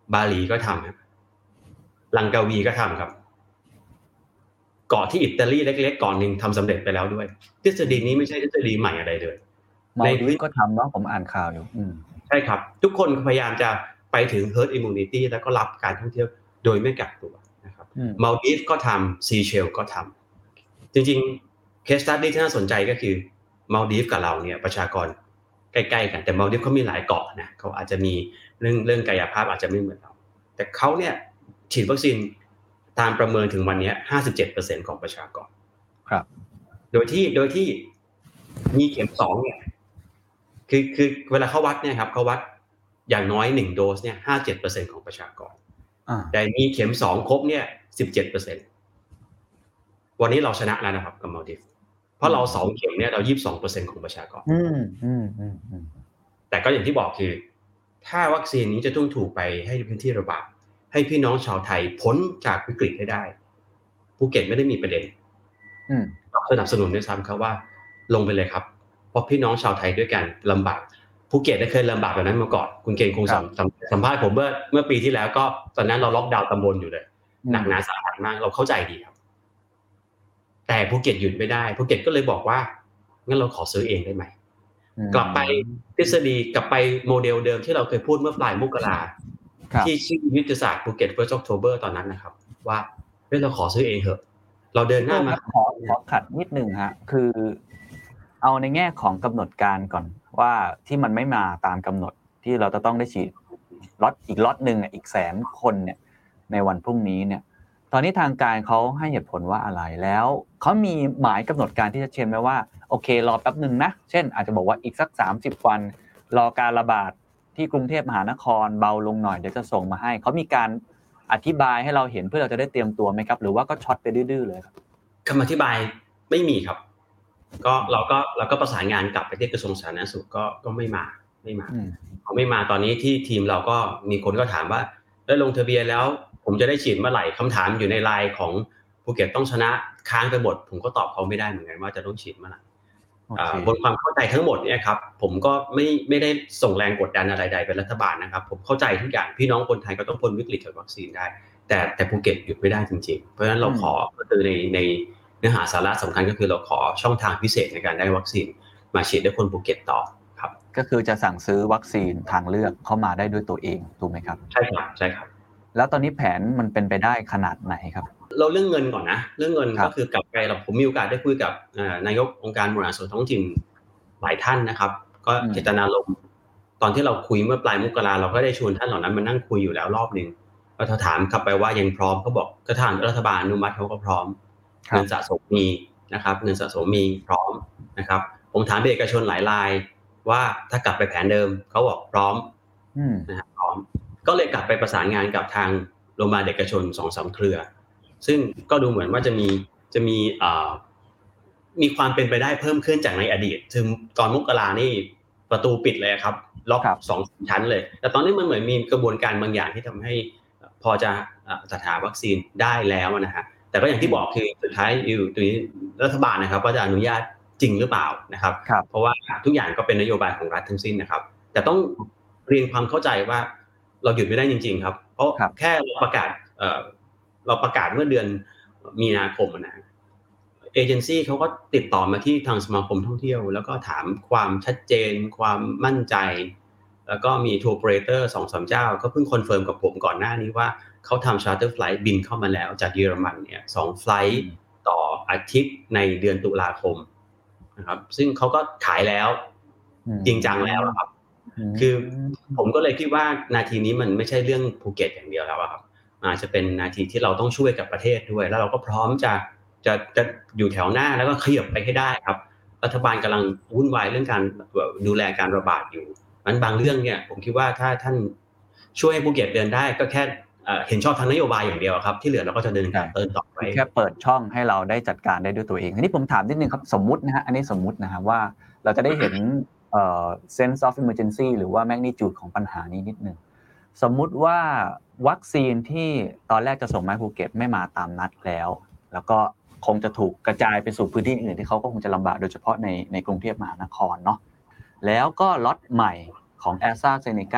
บาหลีก็ทำครับลังกาวีก็ทำครับเกาะที่อิตาลีเล็กๆเกาะนึงทำสำเร็จไปแล้วด้วยทฤษฎีนี้ไม่ใช่ทฤษฎีใหม่อะไรเลยมาลดีฟก็ทำเนาะผมอ่านข่าวอยู่ใช่ครับทุกคนพยายามจะไปถึง herd immunity แล้วก็รับการท่องเที่ยวโดยไม่กักตัวนะครับมาลดีฟก็ทำซีเชลก็ทำจริงๆ case study ที่น่าสนใจก็คือมาลดีฟกับเราเนี่ยประชากรใกล้ๆกันแต่มาลดีฟเขามีหลายเกาะนะเขาอาจจะมีเรื่องเรื่องกายภาพอาจจะไม่เหมือนเราแต่เขาเนี่ยฉีดวัคซีนตามประเมินถึงวันนี้ ห้าสิบเจ็ดเปอร์เซ็นต์ ของประชากรครับโดยที่โดยที่มีเข็มสองเนี่ยคือคือเวลาเขาวัดเนี่ยครับเขาวัดอย่างน้อยหนึ่งโดสเนี่ย ห้าสิบเจ็ดเปอร์เซ็นต์ ของประชากรแต่มีเข็มสองครบเนี่ย สิบเจ็ดเปอร์เซ็นต์ วันนี้เราชนะแล้วนะครับกับมาลดีฟเพราะเราสองเข็มเนี่ยเรา ยี่สิบสองเปอร์เซ็นต์ ของประชากรอืมอืมอืมแต่ก็อย่างที่บอกคือถ้าวัคซีนนี้จะต้องถูกไปให้พื้นที่ระบาดให้พี่น้องชาวไทยพ้นจากวิกฤตให้ได้ภูเก็ตไม่ได้มีประเด็นสนับสนุนด้วยซ้ำครับว่าลงไปเลยครับเพราะพี่น้องชาวไทยด้วยกันลำบากภูเก็ตได้เคยลำบากแบบนั้นมาก่อนคุณเก่งคงสัมภาษณ์ผมเมื่อเมื่อปีที่แล้วก็ตอนนั้นเราล็อกดาวน์ตำบลอยู่เลยหนักหนาสาหัสมากเราเข้าใจดีครับแต่ภูเก็ตหยุดไม่ได้ภูเก็ตก็เลยบอกว่างั้นเราขอซื้อเองได้ไหมกลับไปทฤษฎีกลับไปโมเดลเดิมที่เราเคยพูดเมื่อปลายมกราที่ชื่อยุทธศาสตร์ภูเก็ต First October ตอนนั้นนะครับว่าเฮ้ยเราขอซื้อเองเถอะเราเดินหน้ามาขอขอขัดนิดนึงฮะคือเอาในแง่ของกำหนดการก่อนว่าที่มันไม่มาตามกำหนดที่เราจะต้องได้ฉีดล็อตอีกล็อตนึงอีกแสนคนเนี่ยในวันพรุ่งนี้เนี่ยตอนนี้ทางการเขาให้เหตุผลว่าอะไรแล้วเขามีหมายกำหนดการที่จะเช่นไหมว่าโอเครอแป๊บนึงนะเช่นอาจจะบอกว่าอีกสักสามสิบวันรอการระบาดที่กรุงเทพมหานครเบาลงหน่อยเดี๋ยวจะส่งมาให้เขามีการอธิบายให้เราเห็นเพื่อเราจะได้เตรียมตัวไหมครับหรือว่าก็ช็อตไปดื้อๆเลยครับคำอธิบายไม่มีครับก็เราก็เราก็ประสานงานกลับไปที่กระทรวงสาธารณสุขก็ก็ไม่มาไม่มาเขาไม่มาตอนนี้ที่ทีมเราก็มีคนก็ถามว่าได้ลงทะเบียนแล้วผมจะได้ฉีดเมื่อไหร่คำถามอยู่ในไลน์ของภูเก็ตต้องชนะค้างไปหมดผมก็ตอบเขาไม่ได้เหมือนกันว่าจะต้องฉีดเมื่อไหร่บนความเข้าใจทั้งหมดเนี่ยครับผมก็ไม่ไม่ได้ส่งแรงกดดันอะไรใดเป็นรัฐบาลนะครับผมเข้าใจทุกอย่างพี่น้องคนไทยก็ต้องพ้นวิกฤตจากวัคซีนได้แต่แต่ภูเก็ตหยุดไม่ได้จริงๆเพราะฉะนั้นเราขอก็คือในในเนื้อหาสาระสำคัญก็คือเราขอช่องทางพิเศษในการได้วัคซีนมาฉีดให้คนภูเก็ตต่อครับก็คือจะสั่งซื้อวัคซีนทางเลือกเข้ามาได้ด้วยตัวเองถูกไหมครับใช่ครับใช่ครับแล้วตอนนี้แผนมันเป็นไปได้ขนาดไหนครับเราเรื่องเงินก่อนนะเรื่องเงินก็คือกลับไปเราผมมีโอกาสได้คุยกับนายกองค์การบริหารส่วนท้องถิ่นหลายท่านนะครับก็เจตนารมณ์ตอนที่เราคุยเมื่อปลายมกราเราก็ได้ชวนท่านเหล่านั้นมานั่งคุยอยู่แล้วรอบนึงเราถามกลับไปว่ายังพร้อมเขาบอกก็ทางรัฐบาลอนุมัติเขาก็พร้อมเงินสะสมมีนะครับเงินสะสมมีพร้อมนะครับผมถามเอกชนหลายรายว่าถ้ากลับไปแผนเดิมเขาบอกพร้อมนะครับพร้อมก็เลยกลับไปประสานงานกับทางโรงพยาบาลเอกชน สองสาม เครือซึ่งก็ดูเหมือนว่าจะมีจะมีอ่ามีความเป็นไปได้เพิ่มขึ้นจากในอดีตถึงตอนมกรานี่ประตูปิดเลยครับล็อกสองชั้นเลยแต่ตอนนี้มันเหมือนมีกระบวนการบางอย่างที่ทำให้พอจะจัดหาวัคซีนได้แล้วนะฮะแต่ก็อย่างที่บอกคือสุดท้ายอยู่ตรงนี้รัฐบาลนะครับว่าจะอนุญาตจริงหรือเปล่านะครับเพราะว่าทุกอย่างก็เป็นนโยบายของรัฐทั้งสิ้นนะครับแต่ต้องเรียนความเข้าใจว่าเราหยุดไม่ได้จริงๆครับเพราะแค่เราประกาศเอ่อเราประกาศเมื่อเดือนมีนาคมนะเอเจนซี่เขาก็ติดต่อมาที่ทางสมาคมท่องเที่ยวแล้วก็ถามความชัดเจนความมั่นใจแล้วก็มีทัวร์โอเปอเรเตอร์ สองสาม เจ้าก็เพิ่งคอนเฟิร์มกับผมก่อนหน้านี้ว่าเขาทำชาร์เตอร์ไฟลท์บินเข้ามาแล้วจากเยอรมันเนี่ยสองไฟลท์ต่ออาทิตย์ในเดือนตุลาคมนะครับซึ่งเขาก็ขายแล้วจริงจังแล้วครับคือผมก็เลยคิดว่านาทีนี้มันไม่ใช่เรื่องภูเก็ตอย่างเดียวแล้วครับอาจจะเป็นนาทีที่เราต้องช่วยกับประเทศด้วยแล้วเราก็พร้อมจะจะจะอยู่แถวหน้าแล้วก็ขยับไปให้ได้ครับรัฐบาลกำลังวุ่นวายเรื่องการดูแลการระบาดอยู่มันบางเรื่องเนี่ยผมคิดว่าถ้าท่านช่วยให้ภูเก็ตเดินได้ก็แค่เห็นชอบทางนโยบายอย่างเดียวครับที่เหลือเราก็จะเดินการเติมต่อไปแค่เปิดช่องให้เราได้จัดการได้ด้วยตัวเองอันนี้ผมถามนิดนึงครับสมมุตินะฮะอันนี้สมมุตินะฮะว่าเราจะได้เห็นเอ่อ sense of emergency หรือว่า magnitude ของปัญหานี้นิดนึงสมมุติว่าวัคซีนที่ตอนแรกจะส่งมาภูเก็ตไม่มาตามนัดแล้วแล้วก็คงจะถูกกระจายไปสู่พื้นที่อื่นที่เขาก็คงจะลำบากโดยเฉพาะในในกรุงเทพมหานครเนาะแล้วก็ล็อตใหม่ของ AstraZeneca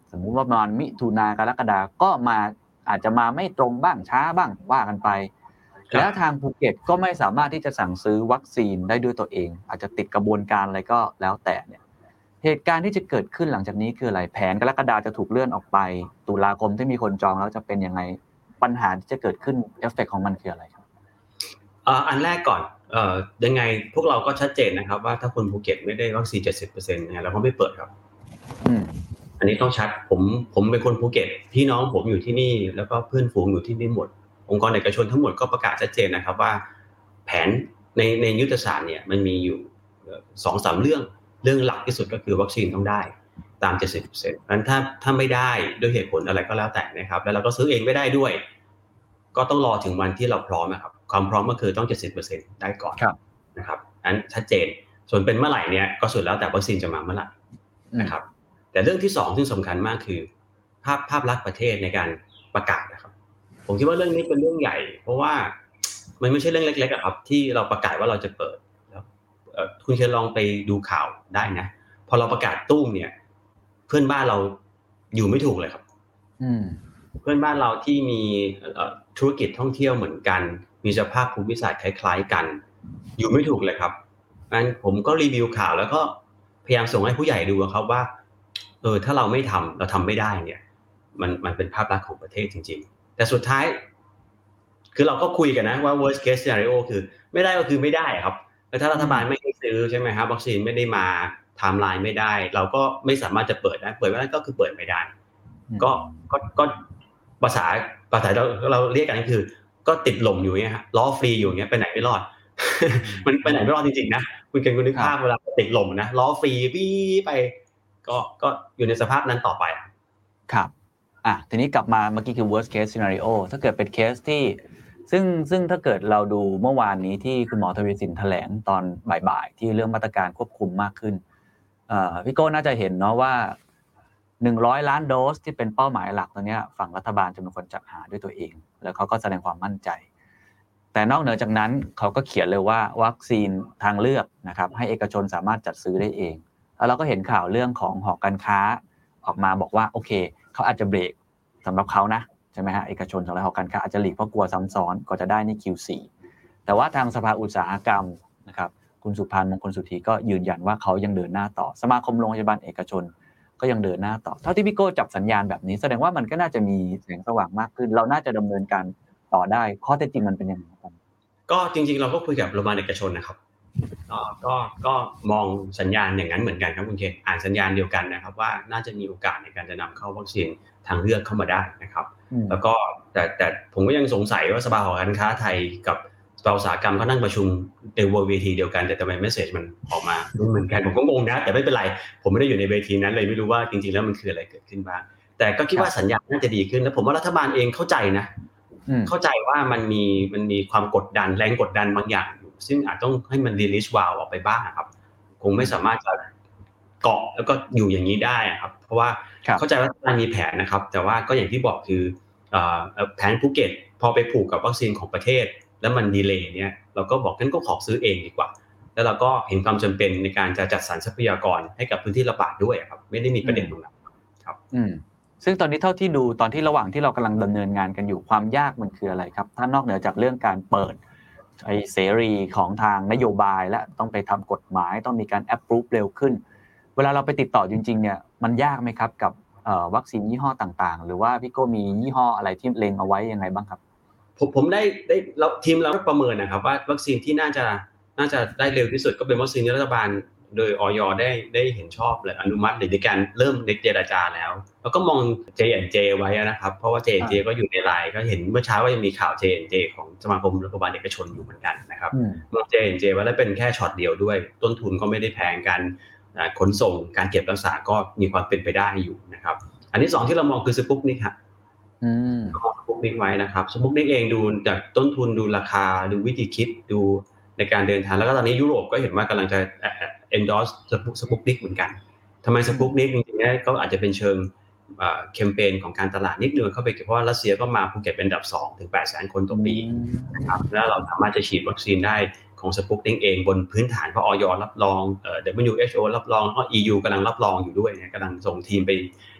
สมมุติว่าประมาณมิถุนากรกฎาก็มาอาจจะมาไม่ตรงบ้างช้าบ้างว่ากันไปแล้วทางภูเก็ตก็ไม่สามารถที่จะสั่งซื้อวัคซีนได้ด้วยตัวเองอาจจะติดกระบวนการอะไรก็แล้วแต่เนี่ยเหตุการณ์ที่จะเกิดขึ้นหลังจากนี้คืออะไรแผนกรกฎาจะถูกเลื่อนออกไปตุลาคมที่มีคนจองแล้วจะเป็นยังไงปัญหาที่จะเกิดขึ้นเอฟเฟคของมันคืออะไรครับอ่าอันแรกก่อนเอ่อยังไงพวกเราก็ชัดเจนนะครับว่าถ้าคนภูเก็ตไม่ได้วัคซีน เจ็ดสิบเปอร์เซ็นต์ เนี่ยเราก็ไม่เปิดครับอืมอันนี้ต้องชัดผมผมเป็นคนภูเก็ตพี่น้องผมอยู่ที่นี่แล้วก็เพื่อนฝูงอยู่ที่นี่หมดองค์กรเอกชนทั้งหมดก็ประกาศชัดเจนนะครับว่าแผนในในยุทธศาสตร์เนี่ยมันมีอยู่ สองสาม เรื่องเรื่องหลักที่สุดก็คือวัคซีนต้องได้ตาม เจ็ดสิบเปอร์เซ็นต์ งั้นถ้าถ้าไม่ได้ด้วยเหตุผลอะไรก็แล้วแต่นะครับแล้วเราก็ซื้อเองไม่ได้ด้วยก็ต้องรอถึงวันที่เราพร้อมนะครับความพร้อมก็คือต้อง เจ็ดสิบเปอร์เซ็นต์ ได้ก่อนนะครับอันชัดเจนส่วนเป็นเมื่อไหร่เนี่ยก็สุดแล้วแต่วัคซีนจะมาเมื่อไหร่นะครับแต่เรื่องที่สองที่สำคัญมากคือภาพภาพลักษณ์ประเทศในการประกาศนะครับผมคิดว่าเรื่องนี้เป็นเรื่องใหญ่เพราะว่ามันไม่ใช่เรื่องเล็กๆอ่ะครับที่เราประกาศว่าเราจะเปิดแล้วเอ่อคุณเชิญลองไปดูข่าวได้นะพอเราประกาศตุ้มเนี่ยเพื่อนบ้านเราอยู่ไม่ถูกเลยครับอืมเพื่อนบ้านเราที่มีเอ่อธุรกิจท่องเที่ยวเหมือนกันมีสภาพภูมิศาสตร์คล้ายๆกันอยู่ไม่ถูกเลยครับงั้นผมก็รีวิวข่าวแล้วก็พยายามส่งให้ผู้ใหญ่ดูครับว่าเออถ้าเราไม่ทำเราทำไม่ได้เนี่ยมันมันเป็นภาพลักษณ์ของประเทศจริงๆแต่สุดท้ายคือเราก็คุยกันนะว่า worst case scenario คือไม่ได้ก็คือไม่ได้ครับแล้วถ้ารัฐบาลไม่ให้ซื้อใช่ไหมครับวัคซีนไม่ได้มาไทม์ไลน์ไม่ได้เราก็ไม่สามารถจะเปิดได้เปิดไม่ได้ก็คือเปิดไม่ได้ก็ก็ก็ภาษาภาษาเราเราเรียกกันคือก็ติดลมอยู่อย่างเงี้ยฮะล้อฟรีอยู่อย่างเงี้ยไปไหนไม่รอด มันไปไหนไม่รอดจริงๆนะคุณเก่งคุณนึกภาพเวลาติดลมนะล้อฟรีปี้ไปก็ก็อยู่ในสภาพนั้นต่อไปครับอ่ะทีนี้กลับมาเมื่อกี้คือ worst case scenario ถ้าเกิดเป็นเคสที่ซึ่งซึ่งถ้าเกิดเราดูเมื่อวานนี้ที่คุณหมอทวีสินแถลงตอนบ่ายๆที่เรื่องมาตรการควบคุมมากขึ้นเอ่อพี่โก้น่าจะเห็นเนาะว่าหนึ่งร้อยล้านโดสที่เป็นเป้าหมายหลักตรงนี้ฝั่งรัฐบาลจะเป็นคนจัดหาด้วยตัวเองแล้วเขาก็แสดงความมั่นใจแต่นอกเหนือจากนั้นเขาก็เขียนเลยว่าวัคซีนทางเลือกนะครับให้เอกชนสามารถจัดซื้อได้เองแล้วเราก็เห็นข่าวเรื่องของหอการค้าออกมาบอกว่าโอเคเขาอาจจะเบรกสำหรับเขานะใช่ไหมฮะเอกชนสำหรับหอการค้าอาจจะหลีกเพราะกลัวซ้ำซ้อนก็จะได้ใน คิว โฟร์ แต่ว่าทางสภาอุตสาหกรรมนะครับคุณสุพันธ์มงคลสุธีก็ยืนยันว่าเขายังเดินหน้าต่อสมาคมโรงพยาบาลเอกชนก็ยังเดินหน้าต่อเท่าที่พี่โก้จับสัญญาณแบบนี้แสดงว่ามันก็น่าจะมีแสงสว่างมากขึ้นเราน่าจะดำเนินการต่อได้ข้อเท็จจริงมันเป็นยังไงครับก็จริงๆเราก็คุยกับโรงพยาบาลเอกชนนะครับก็ก็มองสัญญาณอย่างนั้นเหมือนกันครับคุณเคนอ่านสัญญาณเดียวกันนะครับว่าน่าจะมีโอกาสในการจะนำเข้าวัคซีนทางเลือกเข้ามาได้นะครับแล้วก็แต่แต่ผมก็ยังสงสัยว่าสภาหอการค้าไทยกับสภาอุตสาหกรรมเขานั่งประชุมในเวทีเดียวกันแต่ทำไมเมสเสจมันออกมาไม่เหมือนกันผมก็งงนะแต่ไม่เป็นไรผมไม่ได้อยู่ในเวทีนั้นเลยไม่รู้ว่าจริงๆแล้วมันคืออะไรเกิดขึ้นบ้างแต่ก็คิดว่าสัญญาณน่าจะดีขึ้นแล้วผมว่ารัฐบาลเองเข้าใจนะเข้าใจว่ามันมีมันมีความกดดันแรงกดดันบางอย่างอยู่ซึ่งอาจต้องให้มันรีลิสวาลออกไปบ้างครับคงไม่สามารถจะเกาะแล้วก็อยู่อย่างนี้ได้ครับเพราะว่าเข้าใจว่ามันมีแผนนะครับแต่ว่าก็อย่างที่บอกคือแผนภูเก็ตพอไปผูกกับวัคซีนของประเทศแล้วมันดีเลย์เนี่ยเราก็บอกงั้นก็ขอซื้อเองดีกว่าแล้วเราก็เห็นความจำเป็นในการจะจัดสรรทรัพยากรให้กับพื้นที่ระบาดด้วยครับไม่ได้มีประเด็นตรงนั้นครับอืมซึ่งตอนนี้เท่าที่ดูตอนที่ระหว่างที่เรากำลังดำเนินงานกันอยู่ความยากมันคืออะไรครับถ้านอกเหนือจากเรื่องการเปิดไอ้เสรีของทางนโยบายและต้องไปทำกฎหมายต้องมีการแอปพรูฟเร็วขึ้นเวลาเราไปติดต่อจริงๆเนี่ยมันยากไหมครับกับเอ่อวัคซีนยี่ห้อต่างๆหรือว่าพี่โก้มียี่ห้ออะไรที่เล็งเอาไว้ยังไงบ้างครับผมผมได้ได้เราทีมเราประเมินนะครับว่าวัคซีนที่น่าจะน่าจะได้เร็วที่สุดก็เป็นวัคซีนที่รัฐบาลโดยอย.ได้ได้เห็นชอบและอนุมัติในการเริ่มเจรจาแล้วแล้วก็มอง เจ แอนด์ เจ ไว้นะครับเพราะว่า เจ แอนด์ เจ ก็อยู่ในไลน์ก็เห็นเมื่อเช้าก็ยังมีข่าว เจ แอนด์ เจ ของสมาคมโรงพยาบาลเอกชนอยู่เหมือนกันนะครับมอง เจ แอนด์ เจ ไว้แล้วเป็นแค่ช็อตเดียวด้วยต้นทุนก็ไม่ได้แพงกันขนส่งการเก็บรักษาก็มีความเป็นไปได้อยู่นะครับอันที่สองที่เรามองคือสปุกนิกครับอืมของสปุกนิกไว้นะครับสปุกนิกเองดูจากต้นทุนดูราคาดูวิธีคิดดูในการเดินทางแล้วก็ตอนนี้ยุโรปก็เห็นว่ากำลังจะ endorse สปุกนิกเหมือนกันทำไมสปุกนิกจริงๆเนี่ยก็อาจจะเป็นเชิงแคมเปญของการตลาดนิดนึงเข้าไปเพราะว่ารัสเซียก็มาภูเก็ตเป็นอันดับสองถึงแปดแสนคนต่อปีนะครับแล้วเราสามารถจะฉีดวัคซีนได้ของสปุกนิกเองบนพื้นฐานเพราะอย.รับรองเอ่อ ดับเบิลยู เอช โอ รับรองแล้วก็ อี ยู กำลังรับรองอยู่ด้วยเนี่ยกำลังส่งทีมไป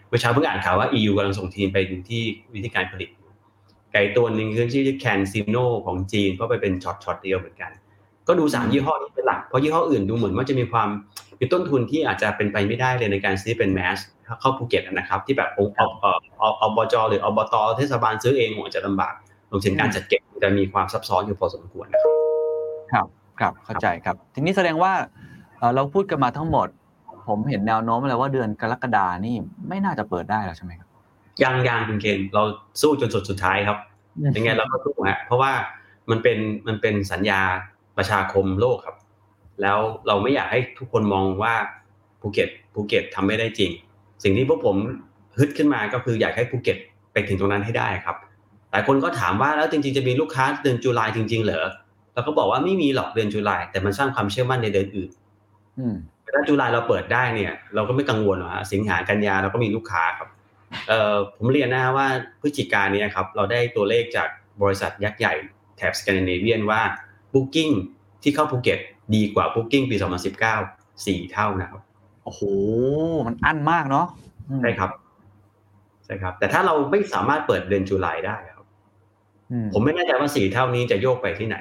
เมื่อเช้าเพิ่งอ่านข่าวว่า อี ยู กำลังส่งทีมไปดูที่วิธีการผลิตไก่ตัวนึงคือชื่อ CanSino ของจีนก็ไปเป็นช็อตๆเดียวเหมือนกันก็ดูสามยี่ห้อนี้เป็นหลักเพราะยี่ห้ออื่นดูเหมือนว่าจะมีความมีต้นทุนที่อาจจะเป็นไปไม่ได้เลยในการซื้อเป็นแมสเข้าภูเก็ตนะครับที่แบบเอาเอาเอาเอาอบจหรืออบตเทศบาลซื้อเองอาจจะลำบากรวมถึงการจัดเก็บจะมีความซับซ้อนอยู่พอสมควรนะครับครับครับเข้าใจครับทีนี้แสดงว่าเราพูดกันมาทั้งหมดผมเห็นแนวโน้มแล้วว่าเดือนกรกฎาคมนี่ไม่น่าจะเปิดได้แล้วใช่ไหมครับยังยังคุณเคนเราสู้จนสุดสุดท้ายครับยังไงเราก็สู้ฮะเพราะว่ามันเป็นมันเป็นสัญญาประชาคมโลกครับแล้วเราไม่อยากให้ทุกคนมองว่าภูเก็ตภูเก็ตทำไม่ได้จริงสิ่งที่พวกผมฮึดขึ้นมาก็คืออยากให้ภูเก็ตไปถึงตรงนั้นให้ได้ครับหลายคนก็ถามว่าแล้วจริงๆจะมีลูกค้าเดือนตุลาจริงๆเหรอเราก็บอกว่าไม่มีหรอกเดือนตุลาแต่มันสร้างความเชื่อมั่นในเดือนอื่นถ้าตุลาเราเปิดได้เนี่ยเราก็ไม่กังวลหรอกฮะสิงหากันยาเราก็มีลูกค้าครับเอ่อผมเรียนนะว่าพฤศจิกายนนี้ครับเราได้ตัวเลขจากบริษัทยักษ์ใหญ่แถบสแกนดิเนเวียนว่า Booking ที่เข้าภูเก็ตดีกว่า Booking ปีสองพันสิบเก้า สี่เท่านะครับโอ้โหมันอั้นมากเนาะใช่ครับใช่ครับแต่ถ้าเราไม่สามารถเปิดเดือนตุลาได้ครับผมไม่แน่ใจว่าสี่เท่านี้จะโยกไปที่ไหน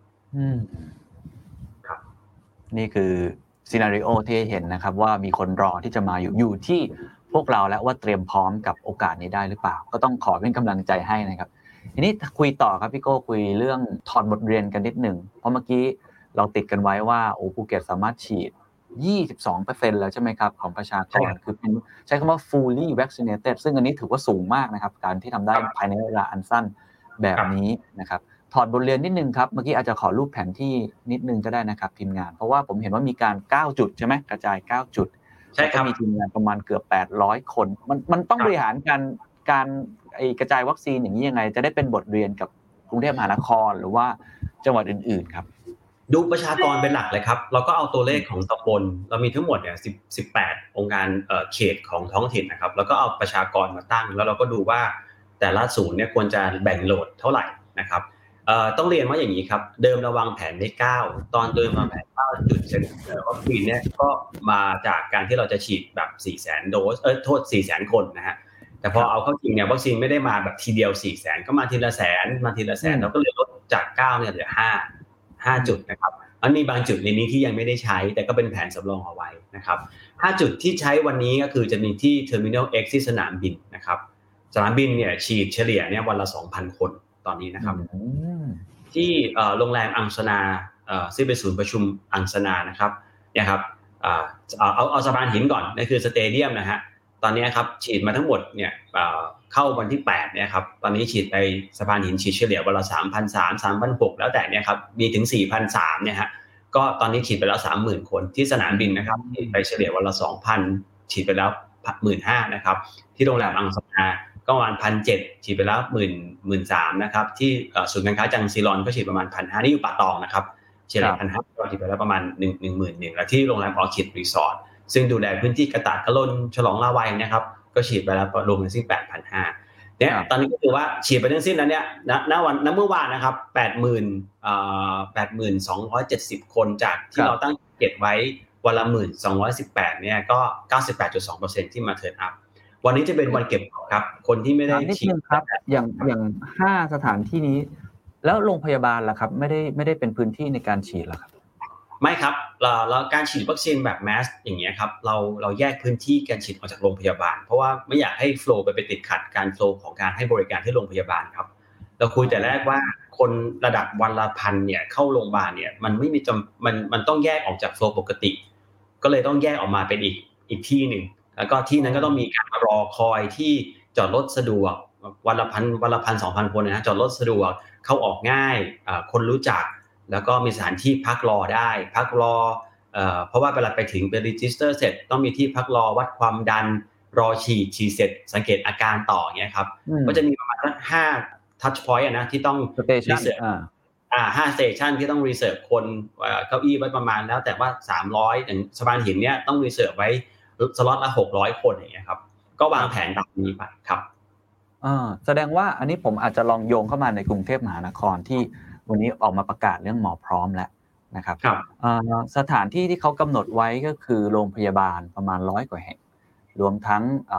ครับนี่คือซีนาริโอที่เห็นนะครับว่ามีคนรอที่จะมาอยู่อยู่ที่พวกเราแล้วว่าเตรียมพร้อมกับโอกาสนี้ได้หรือเปล่าก็ต้องขอเป็นกำลังใจให้นะครับทีนี้คุยต่อครับพี่โก้คุยเรื่องถอดบทเรียนกันนิดหนึ่งเพราะเมื่อกี้เราติดกันไว้ว่าโอ้ภูเก็ตสามารถฉีด ยี่สิบสองเปอร์เซ็นต์ แล้วใช่ไหมครับของประชากรคือเป็นใช้คำว่า fully vaccinated ซึ่งอันนี้ถือว่าสูงมากนะครับการที่ทำได้ภายในเวลาอันสั้นแบบนี้นะครับถอดบทเรียนนิดนึงครับเมื่อกี้อาจจะขอรูปแผนที่นิดนึงก็ได้นะครับทีมงานเพราะว่าผมเห็นว่ามีการเก้าจุดใช่ไหมกระจายเก้าจุดใช่ครับมีทีมงานประมาณเกือบแปดร้อยคนมันมันต้องบริหารการการไอ้กระจายวัคซีนอย่างนี้ยังไงจะได้เป็นบทเรียนกับกรุงเทพมหานครหรือว่าจังหวัดอื่นๆครับดูประชากรเป็นหลักเลยครับเราก็เอาตัวเลขของตำบลเรามีทั้งหมดเนี่ยสิบ สิบแปดองค์การเอ่อเขตของท้องถิ่นนะครับแล้วก็เอาประชากรมาตั้งแล้วเราก็ดูว่าแต่ละศูนย์เนี่ยควรจะแบ่งโหลดเท่าไหร่นะครับเอ่อต้องเรียนว่าอย่างนี้ครับเดิมเราวางแผนได้เก้าตอนเดิมวางแผนเก้าจุดเสร็จวัคซีนเนี่ยก็มาจากการที่เราจะฉีดแบบ สี่แสน โดสเอ้ยโทษ สี่แสน คนนะฮะแต่พอเอาเข้าจริงเนี่ยวัคซีนไม่ได้มาแบบทีเดียว สี่แสน ก็มาทีละแสนมาทีละแสนเราก็เลยลดจากเก้าเนี่ยเหลือห้า ห้าจุดนะครับมันมีบางจุดในนี้ที่ยังไม่ได้ใช้แต่ก็เป็นแผนสำรองเอาไว้นะครับห้าจุดที่ใช้วันนี้ก็คือจะมีที่ Terminal X ที่สนามบินนะครับสนามบินเนี่ยฉีดเฉลี่ยเนี่ยวันละ สองพัน คนตอนนี้นะครับที่โรงแรมอังสนาซึ่งเป็นศูนย์ประชุมอังสนานะครับเนี่ยครับเอาเอาเอาสะพานหินก่อนนั่นคือสเตเดียมนะฮะตอนนี้ครับฉีดมาทั้งหมดเนี่ยเข้าวันที่แปดเนี่ยครับตอนนี้ฉีดไปสะพานหินฉีดเฉลี่ยวันละ สามพันสามร้อย สามพันหกร้อย แล้วแต่เนี่ยครับมีถึง สี่พันสามร้อย เนี่ยฮะก็ตอนนี้ฉีดไปแล้ว สามหมื่น คนที่สนามบินนะครับฉีดไปเฉลี่ยวันละ สองพัน ฉีดไปแล้ว หนึ่งหมื่นห้าพัน นะครับที่โรงแรมอังสนาก็ประมาณ หนึ่งพันเจ็ดร้อย ฉีดไปแล้ว หนึ่งหมื่นสามพัน นะครับที่ศูนย์การค้าจังซีรอนก็ฉีดประมาณ หนึ่งพันห้าพัน นี่อยู่ป่าตองนะครับเฉลี่ย หนึ่งพันห้าร้อย ฉีดไปแล้วประมาณ หนึ่งหมื่นหนึ่งพัน แล้วที่โรงแรมออร์คิดรีสอร์ทซึ่งดูแลพื้นที่กระตากกระล่นฉลองลาวัยนะครับก็ฉีดไปแล้วรวมทั้งสิ้น แปดพันห้าร้อย เนี่ยตอนนี้ก็คือว่าฉีดไปทั้งสิ้นแล้วเนี่ยณวันณเมื่อวานนะครับ แปดหมื่นเอ่อ แปดหมื่นสองพันสองร้อยเจ็ดสิบ คนจากที่เราตั้งเก็บไว้วันละ หนึ่งพันสองร้อยสิบแปด เนี่ยก็ เก้าสิบแปดจุดสองเปอร์เซ็นต์ ที่มาเทิร์นอัพวันนี้จะเป็นวันเก็บครับคนที่ไม่ได้ฉีดครับอย่างอย่างห้าสถานที่นี้แล้วโรงพยาบาลล่ะครับไม่ได้ไม่ได้เป็นพื้นที่ในการฉีดหรอครับไม่ครับเราเราการฉีดวัคซีนแบบแมสอย่างเงี้ยครับเราเราแยกพื้นที่การฉีดออกจากโรงพยาบาลเพราะว่าไม่อยากให้โฟลว์ไปไปติดขัดการโฟลว์ของการให้บริการที่โรงพยาบาลครับเราคุยแต่แรกว่าคนระดับวันละพันเนี่ยเข้าโรงพยาบาลเนี่ยมันไม่มีจำมันมันต้องแยกออกจากโฟลว์ปกติก็เลยต้องแยกออกมาเป็นอีกอีกที่นึงแล้วก็ที่นั้นก็ต้องมีการรอคอยที่จอดรถสะดวกวันละพันวันละพันสองพันคนนะฮะจอดรถสะดวกเข้าออกง่ายอ่าคนรู้จักแล้วก็มีสถานที่พักรอได้พักรอเอ่อเพราะว่าเวลาไปถึงไปรีจิสเตอร์เสร็จต้องมีที่พักรอวัดความดันรอฉีดฉีดเสร็จสังเกตอาการต่ออย่างเงี้ยครับก็จะมีประมาณสักห้าทัชพอยต์นะที่ต้องรีเสิร์ชอ่าอ่าห้าสเตชันที่ต้องรีเสิร์ชคนเก้าอี้ไว้ประมาณแล้วแต่ว่าสามร้อยอย่างสะพานหินเนี่ยต้องรีเสิร์ชไว้สล็อตละหกร้อยคนอย่างเงี้ยครับก็วางแผนตามนี้ไปครับอ่าแสดงว่าอันนี้ผมอาจจะลองโยงเข้ามาในกรุงเทพมหานครที่วันนี้ออกมาประกาศเรื่องหมอพร้อมแล้วนะครับสถานที่ที่เขากำหนดไว้ก็คือโรงพยาบาลประมาณร้อยกว่าแห่งรวมทั้ง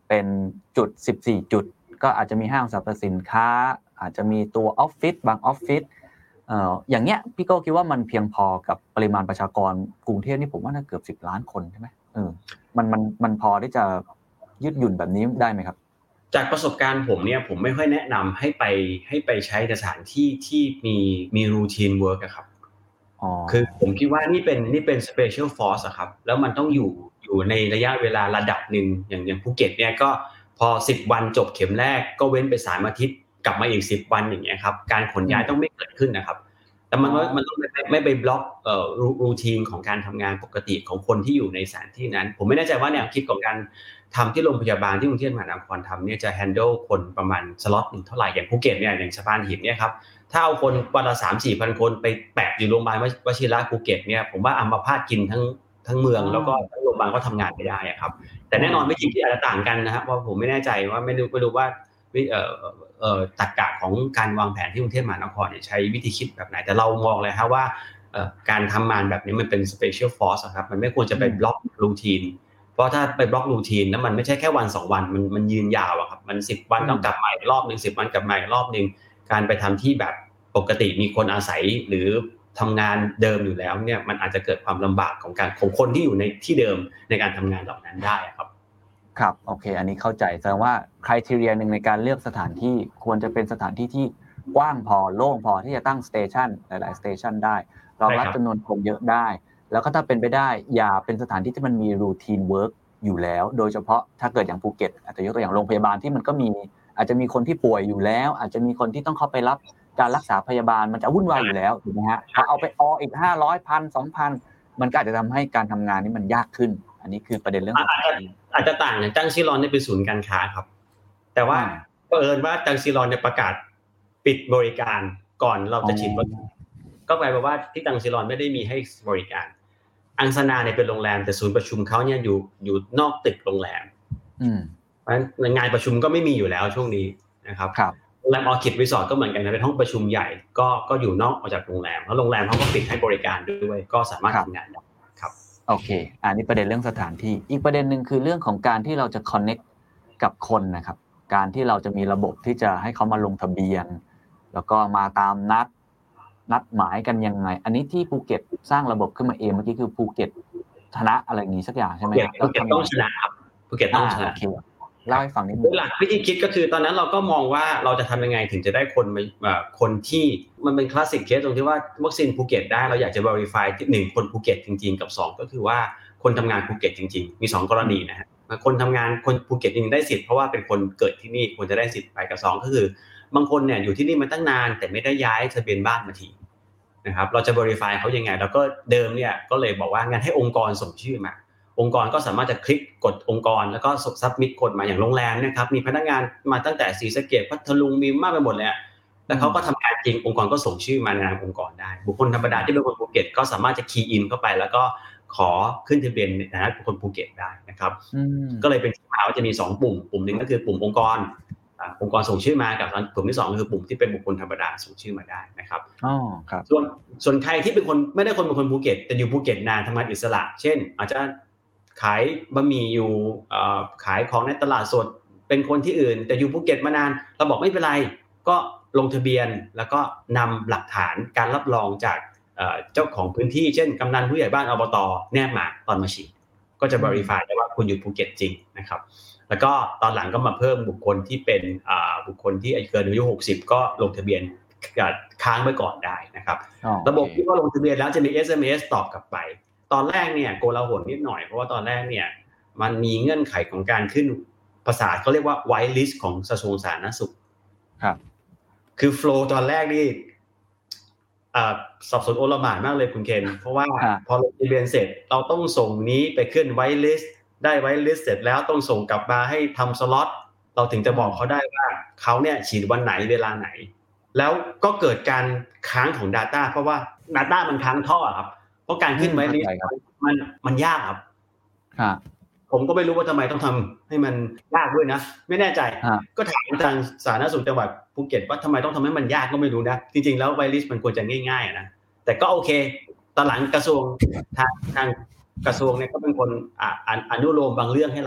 เป็นจุดสิบสี่จุดก็อาจจะมีห้างสรรพสินค้าอาจจะมีตัวออฟฟิศบางออฟฟิศเอ่ออย่างเงี้ยพี่โก้คิดว่ามันเพียงพอกับปริมาณประชากรกรุงเทพนี่ผมว่าน่าเกือบสิบล้านคนใช่มั้ยเออมันมันมันพอที่จะยืดหยุ่นแบบนี้ได้มั้ยครับจากประสบการณ์ผมเนี่ยผมไม่ค่อยแนะนำให้ไปให้ไปใช้สถานที่ที่มีมีรูทีนเวิร์คอะครับอ๋อคือผมคิดว่านี่เป็นนี่เป็น special force อะครับแล้วมันต้องอยู่อยู่ในระยะเวลาระดับนึงอย่างอย่างภูเก็ตเนี่ยก็พอสิบวันจบเข็มแรกก็เว้นไปสามอาทิตย์กลับมาอีกสิบวันอย่างเงี้ยครับการขนย้ายต้องไม่เกิดขึ้นนะครับแต่มันมันต้องไม่ไม่ไปบล็อกเอ่อรูทีนของการทำงานปกติของคนที่อยู่ในสถานที่นั้นผมไม่แน่ใจว่าแนวคิดของการทำที่โรงพยาบาลที่กรุงเทพมหานครทำเนี่ยจะ handle คนประมาณสล็อตนึงเท่าไหร่อย่างภูเก็ตเนี่ยอย่างสะพานหินเนี่ยครับถ้าเอาคนวันละ สามถึงสี่พัน คนไปแปะอยู่โรงพยาบาลวชิระภูเก็ตเนี่ยผมว่าอัมพาตกินทั้งทั้งเมืองแล้วก็ทั้งโรงพยาบาลก็ทำงานไม่ได้อ่ะครับแต่แน่นอนวิธีที่อาจจะต่างกันนะครับเพราะผมไม่แน่ใจว่าไม่รู้ไม่รู้ว่าเอ่อเอ่อตรรกะของการวางแผนที่กรุงเทพมหานครเนี่ยใช้วิธีคิดแบบไหนแต่เรามองเลยครับว่าเอ่อการทำงานแบบนี้มันเป็น special force ครับมันไม่ควรจะไปบล็อกรูทีนเพราะถ้าไปบล็อกรูทีนแล้วมันไม่ใช่แค่วันสองวันมันมันยืนยาวอะครับมันสิบวันต้องกลับมาอีกรอบนึงสิบวันกลับมาอีกรอบนึงการไปทำที่แบบปกติมีคนอาศัยหรือทำงานเดิมอยู่แล้วเนี่ยมันอาจจะเกิดความลำบากของการของคนที่อยู่ในที่เดิมในการทำงานเหล่านั้นได้ครับครับโอเคอันนี้เข้าใจแสดงว่า criteria นึงในการเลือกสถานที่ควรจะเป็นสถานที่ที่กว้างพอโล่งพอที่จะตั้งสเตชันหลายๆสเตชันได้รองรับจำนวนคนเยอะได้แล้วก็ถ้าเป็นไปได้อย่าเป็นสถานที่ที่มันมี routine work อยู่แล้วโดยเฉพาะถ้าเกิดอย่างภูเก็ตอาจจะยกตัวอย่างโรงพยาบาลที่มันก็มีอาจจะมีคนที่ป่วยอยู่แล้วอาจจะมีคนที่ต้องเข้าไปรับการรักษาพยาบาลมันจะวุ่นวายอยู่แล้วถูกมั้ยฮะพอเอาไปอออีกห้าร้อย หนึ่งพัน สองพันมันก็อาจจะทำให้การทำงานนี้มันยากขึ้นอันนี้คือประเด็นเรื่องอาจจะอาจจะต่างอย่างจังซีรอนเนี่ยเป็นศูนย์การค้าครับแต่ว่าเผอิญว่าจังซีรอนเนี่ยประกาศปิดบริการก่อนเราจะฉีดวัคซีนก็แปลว่าที่จังซีรอนไม่ได้มีให้บริการอังสนาเนี่ยเป็นโรงแรมแต่ศูนย์ประชุมเขาเนี่ยอยู่อยู่นอกตึกโรงแรมอืมเพราะฉะนั้นงานประชุมก็ไม่มีอยู่แล้วช่วงนี้นะครับครับโรงแรมออคิดรีสอร์ทก็เหมือนกันนะเป็นห้องประชุมใหญ่ก็ก็อยู่นอกออกจากโรงแรมแล้วโรงแรมเขาก็ปิดให้บริการด้วยก็สามารถทำงานได้ครับโอเคอันนี้ประเด็นเรื่องสถานที่อีกประเด็นนึงคือเรื่องของการที่เราจะ connect กับคนนะครับการที่เราจะมีระบบที่จะให้เขามาลงทะเบียนแล้วก็มาตามนัดนัดหมายกันยังไงอันนี้ที่ภูเก็ตสร้างระบบขึ้นมาเองเมื่อกี้คือภูเก็ตชนะอะไรอย่างงี้สักอย่างใช่มั้ยครับภูเก็ตต้องชนะครับภูเก็ตต้องชนะเล่าให้ฟังนิดนึงหลักวิธีคิดก็คือตอนนั้นเราก็มองว่าเราจะทำยังไงถึงจะได้คนมาคนที่มันเป็นคลาสสิกเคสตรงที่ว่าวัคซีนภูเก็ตได้เราอยากจะ verify ที่หนึ่งคนภูเก็ตจริงๆกับสองก็คือว่าคนทำงานภูเก็ตจริงๆมีสองกรณีนะฮะคนทำงานคนภูเก็ตจริงๆได้สิทธิ์เพราะว่าเป็นคนเกิดที่นี่ควรจะได้สิทธิ์ไปกับสองก็คือบางคนเนี่ยอยู่ที่นี่มาตั้งนานแต่ไม่ได้ย้ายทะเบียนบ้านมาทีนะครับเราจะ verify เขายังไงแล้วก็เดิมเนี่ยก็เลยบอกว่างั้นให้องค์กรส่งชื่อมาองค์กรก็สามารถจะคลิกกดองค์กรแล้วก็ซับมิทคนมาอย่างโรงแรมเนี่ยครับมีพนักงานมาตั้งแต่ศรีสะเกษพัทลุงมีมากไปหมดเลยแล้วเขาก็ทำงานจริงองค์กรก็ส่งชื่อมาในนามองค์กรได้บุคคลธรรมดาที่เป็นคนภูเก็ตก็สามารถจะคีย์อินเข้าไปแล้วก็ขอขึ้นทะเบียนในฐานะคนภูเก็ตได้นะครับก็เลยเป็นที่มาว่าจะมีสองปุ่มปุ่มนึงก็คือปุ่มองค์กรองค์กรส่งชื่อมากับปุ่มที่สองก็คือปุ่มที่เป็นบุคคลธรรมดาส่งชื่อมาได้นะครับอ๋อครับส่วนส่วนใครที่เป็นคนไม่ได้คนเป็นคนภูเก็ตแต่อยู่ภูเก็ตนานทำงานอิสระเช่นอาจจะขายบะหมี่อยู่เอ่อขายของในตลาดสดเป็นคนที่อื่นแต่อยู่ภูเก็ตมานานเราบอกไม่เป็นไรก็ลงทะเบียนแล้วก็นำหลักฐานการรับรองจากเอ่อเจ้าของพื้นที่เช่นกำนันผู้ใหญ่บ้านอบต.แนบมาตอนมาฉีดก็จะ verify ได้ว่าคุณอยู่ภูเก็ตจริงนะครับแล้วก็ตอนหลังก็มาเพิ่มบุคคลที่เป็นอ่าบุคคลที่อายุเกินอายุหกสิบก็ลงทะเบียนค้างไว้ก่อนได้นะครับระบบที่ว่าลงทะเบียนแล้วจะมี เอส เอ็ม เอส ตอบกลับไปตอนแรกเนี่ยโกลาหลนิดหน่อยเพราะว่าตอนแรกเนี่ยมันมีเงื่อนไขของการขึ้นภาษาเขาเรียกว่า white list ของกระทรวงสาธารณสุขครับคือโฟลว์ตอนแรกนี่อ่าสับสนโอลหม่านมากเลยคุณเคนเพราะว่าพอลงทะเบียนเสร็จเราต้องส่งนี้ไปขึ้น white list ได้ white list เสร็จแล้วต้องส่งกลับมาให้ทำสล็อตเราถึงจะบอกเขาได้ว่าเขาเนี่ยฉีดวันไหนเวลาไหนแล้วก็เกิดการค้างของ data เพราะว่า data มันค้างท่อครับเพราะการขึ้นไว้ลิสต์มันมันยากครับผมก็ไม่รู้ว่าทำไมต้องทำให้มันยากด้วยนะไม่แน่ใจก็ถามทางสาธารณสุขจังหวัดภูเก็ตว่าทำไมต้องทำให้มันยากก็ไม่รู้นะจริงๆแล้วไวรัสมันควรจะง่ายๆนะแต่ก็โอเคตอนหลังกระทรวงทางทางกระทรวงเนี่ยก็เป็นคนอนุโลมบางเรื่องให้เรา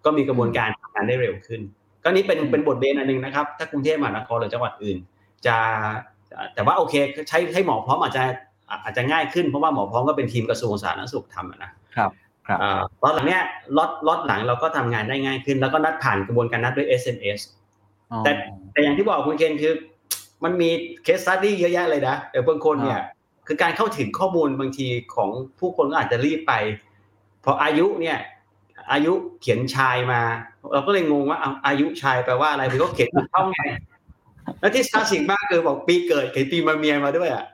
ก็มีกระบวนการทำงานได้เร็วขึ้นก็นี้เป็นเป็นบทเรียนอันนึงนะครับถ้ากรุงเทพมหานครหรือจังหวัดอื่นจะแต่ว่าโอเคใช้ให้หมอพร้อมอาจจะอาจจะง่ายขึ้นเพราะว่าหมอพร้อมก็เป็นทีมกระทรวงสาธารณสุขทำนะครับครับอ่าตอนหลังเนี้ยล็อตล็อตหลังเราก็ทำงานได้ง่ายขึ้นแล้วก็นัดผ่านกระบวนการนัดด้วย เอส เอ็ม เอส แต่แต่อย่างที่บอกคุณเคนคือมันมีเคสสตั๊ดดี้เยอะแยะเลยนะแต่บางคนเนี่ยคือการเข้าถึงข้อมูลบางทีของผู้คนก็อาจจะรีบไปพออายุเนี่ยอายุเขียนชายมาเราก็เลยงงว่าอายุชายแปลว่าอะไรพี่ก็เขียนถูกต้องไงแล้วที่คลาสสิกมากคือบอกปีเกิดเขียนปีมะเมียมาด้วยอ่ะ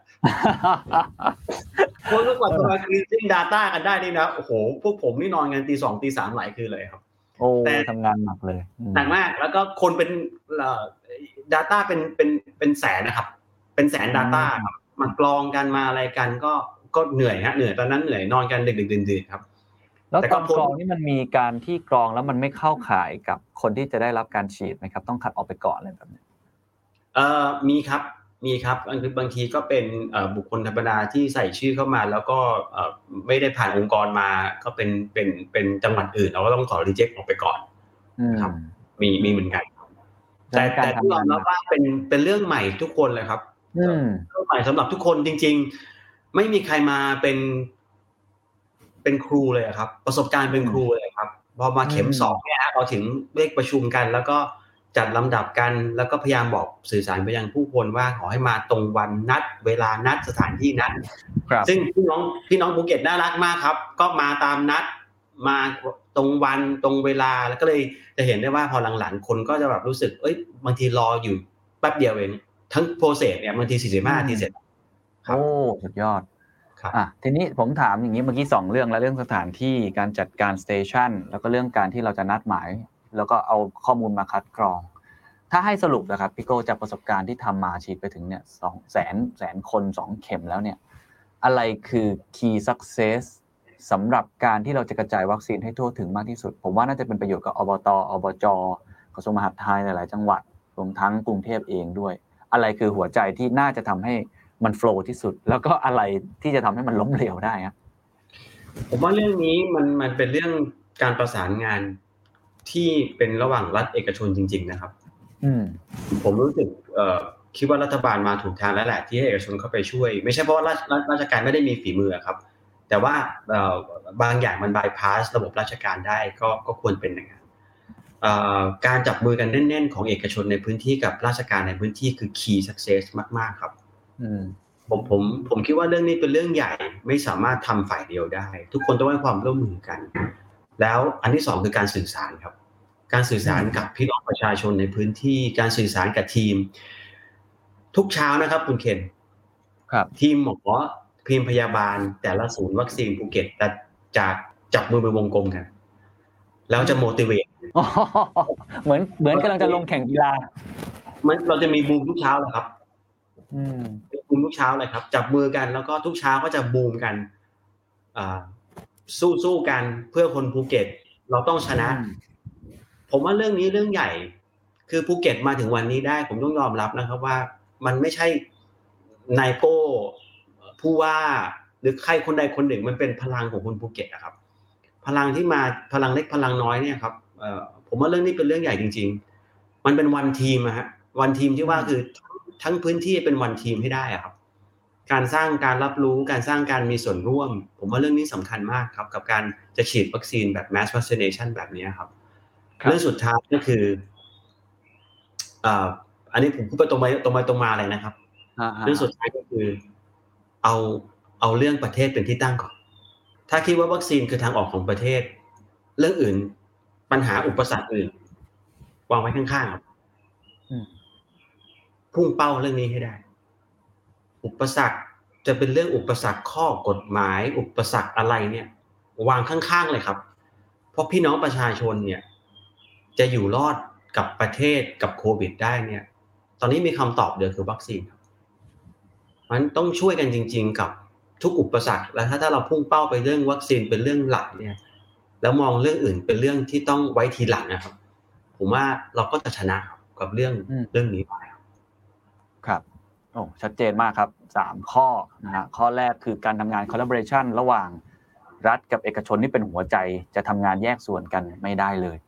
คนก็กว่าจะมา cleansing data กันได้นี่นะโอ้โหพวกผมนี่นอนกันตีสองตีสามหลายคืนเลยครับโอ้ทำงานหนักเลยหนักมากแล้วก็คนเป็นเอ่อ data เป็นเป็นเป็นแสนนะครับเป็นแสน data ครับมากรองกันมาอะไรกันก็ก็เหนื่อยฮะเหนื่อยตอนนั้นเหนื่อยนอนกันดึกๆดื่นๆครับแล้วตอนกรองนี่มันมีการที่กรองแล้วมันไม่เข้าข่ายกับคนที่จะได้รับการฉีดไหมครับต้องคัดออกไปก่อนอะไรแบบนี้เอ่อมีครับมีครับคือบางทีก็เป็นเอ่อบุคคลธรรมดาที่ใส่ชื่อเข้ามาแล้วก็เอ่อไม่ได้ผ่านองค์กรมาก็เป็นเป็นเป็นจังหวัดอื่นเราก็ต้องขอรีเจ็คออกไปก่อนครับมีมีเหมือนกันแต่แต่ที่ยอมรับว่าเป็นเป็นเรื่องใหม่ทุกคนเลยครับเรื่องใหม่สำหรับทุกคนจริงๆไม่มีใครมาเป็นเป็นครูเลยครับประสบการณ์เป็นครูเลยครับพอมาเข็มสองเนี่ยเราถึงเรียกประชุมกันแล้วก็จัดลำดับกันแล้วก็พยายามบอกสื่อสารไปยังผู้คนว่าขอให้มาตรงวันนัดเวลานัดสถานที่นัดซึ่งพี่น้องพี่น้องภูเก็ตน่ารักมากครับก็มาตามนัดมาตรงวันตรงเวลาแล้วก็เลยจะเห็นได้ว่าพอหลังๆคนก็จะแบบรู้สึกเอ้ยบางทีรออยู่แป๊บเดียวเองทั้งโปรเซสเนี่ยบางทีสี่สิบห้านาทีเสร็จโอ้สุดยอดอ่ะทีนี้ผมถามอย่างนี้เมื่อกี้สองเรื่องแล้วเรื่องสถานที่การจัดการสเตชันแล้วก็เรื่องการที่เราจะนัดหมายแล้วก็เอาข้อมูลมาคัดกรองถ้าให้สรุปนะครับพี่โก้จากประสบการณ์ที่ทำมาฉีดไปถึงเนี่ยสองแสนแสนคนสองเข็มแล้วเนี่ยอะไรคือ key success สำหรับการที่เราจะกระจายวัคซีนให้ทั่วถึงมากที่สุดผมว่าน่าจะเป็นประโยชน์กับอบต.อบจ.กระทรวงมหาดไทยหลายๆจังหวัดรวมทั้งกรุงเทพเองด้วยอะไรคือหัวใจที่น่าจะทำให้มันโฟลว์ที่สุดแล้วก็อะไรที่จะทำให้มันล้มเหลวได้ครับผมว่าเรื่องนี้มันมันเป็นเรื่องการประสานงานที่เป็นระหว่างรัฐเอกชนจริงๆนะครับอืมผมรู้สึกเอ่อคิดว่ารัฐบาลมาถูกทางแล้วแหละที่ให้เอกชนเข้าไปช่วยไม่ใช่เพราะว่าราชราชการไม่ได้มีฝีมือครับแต่ว่าเอ่อบางอย่างมันบายพาสระบบราชการได้ก็ก็ควรเป็นอย่างนั้นเอ่อการจับมือกันแน่นๆของเอกชนในพื้นที่กับราชการในพื้นที่คือ key success มากๆครับอืมผมผมผมคิดว่าเรื่องนี้เป็นเรื่องใหญ่ไม่สามารถทำฝ่ายเดียวได้ทุกคนต้องให้ความร่วมมือกันแล้วอันที่สองคือการสื่อสารครับการสื่อสารกับพี่น้องประชาชนในพื้นที่การสื่อสารกับทีมทุกเช้านะครับคุณเคนครับทีมหมอทีมพยาบาลแต่ละศูนย์วัคซีนภูเก็ตจะจะจับมือเป็นวงกลมกันแล้วจะ motivate เหมือนเหมือนกำลังจะลงแข่งกีฬามันเราจะมีบูมทุกเช้าเลยครับอืมบูมทุกเช้าเลยครับจับมือกันแล้วก็ทุกเช้าก็จะบูมกันอ่าสู้สู้กันเพื่อคนภูเก็ตเราต้องชนะผมว่าเรื่องนี้เรื่องใหญ่คือภูเก็ตมาถึงวันนี้ได้ผมต้องยอมรับนะครับว่ามันไม่ใช่นายโก้ผู้ว่าหรือใครคนใดคนหนึ่งมันเป็นพลังของคนภูเก็ตนะครับพลังที่มาพลังเล็กพลังน้อยเนี่ยครับเอ่อผมว่าเรื่องนี้เป็นเรื่องใหญ่จริงๆมันเป็นวันทีมอะฮะวันทีมที่ว่าคือทั้งพื้นที่เป็นวันทีมให้ได้อะครับการสร้างการรับรู้การสร้างการมีส่วนร่วมผมว่าเรื่องนี้สำคัญมากครับกับการจะฉีดวัคซีนแบบ mass vaccination แบบนี้ครับเรื่องสุดท้ายก็คืออ่าอันนี้ผมพูดไปตรงไปตรงไปตรงมาเลยนะครับเรื่องสุดท้ายก็คือเอาเอาเรื่องประเทศเป็นที่ตั้งก่อนถ้าคิดว่าวัคซีนคือทางออกของประเทศเรื่องอื่นปัญหาอุปสรรคอื่นวางไว้ข้างๆครับพุ่งเป้าเรื่องนี้ให้ได้อุปสรรคจะเป็นเรื่องอุปสรรคข้อกฎหมายอุปสรรคอะไรเนี่ยวางข้างๆเลยครับเพราะพี่น้องประชาชนเนี่ยจะอยู่รอดกับประเทศกับโควิดได้เนี่ยตอนนี้มีคำตอบเดียวคือวัคซีนครับมันต้องช่วยกันจริงๆกับทุกอุปสรรคแล้วถ้าถ้าเราพุ่งเป้าไปเรื่องวัคซีนเป็นเรื่องหลักเนี่ยแล้วมองเรื่องอื่นเป็นเรื่องที่ต้องไว้ทีหลังนะครับผมว่าเราก็จะชนะกับเรื่องเรื่องนี้ไปครับโอ้ชัดเจนมากครับสามข้อนะฮะข้อแรกคือการทำงาน collaboration ระหว่างรัฐกับเอกชนนี่เป็นหัวใจจะทำงานแยกส่วนกันไม่ได้เลย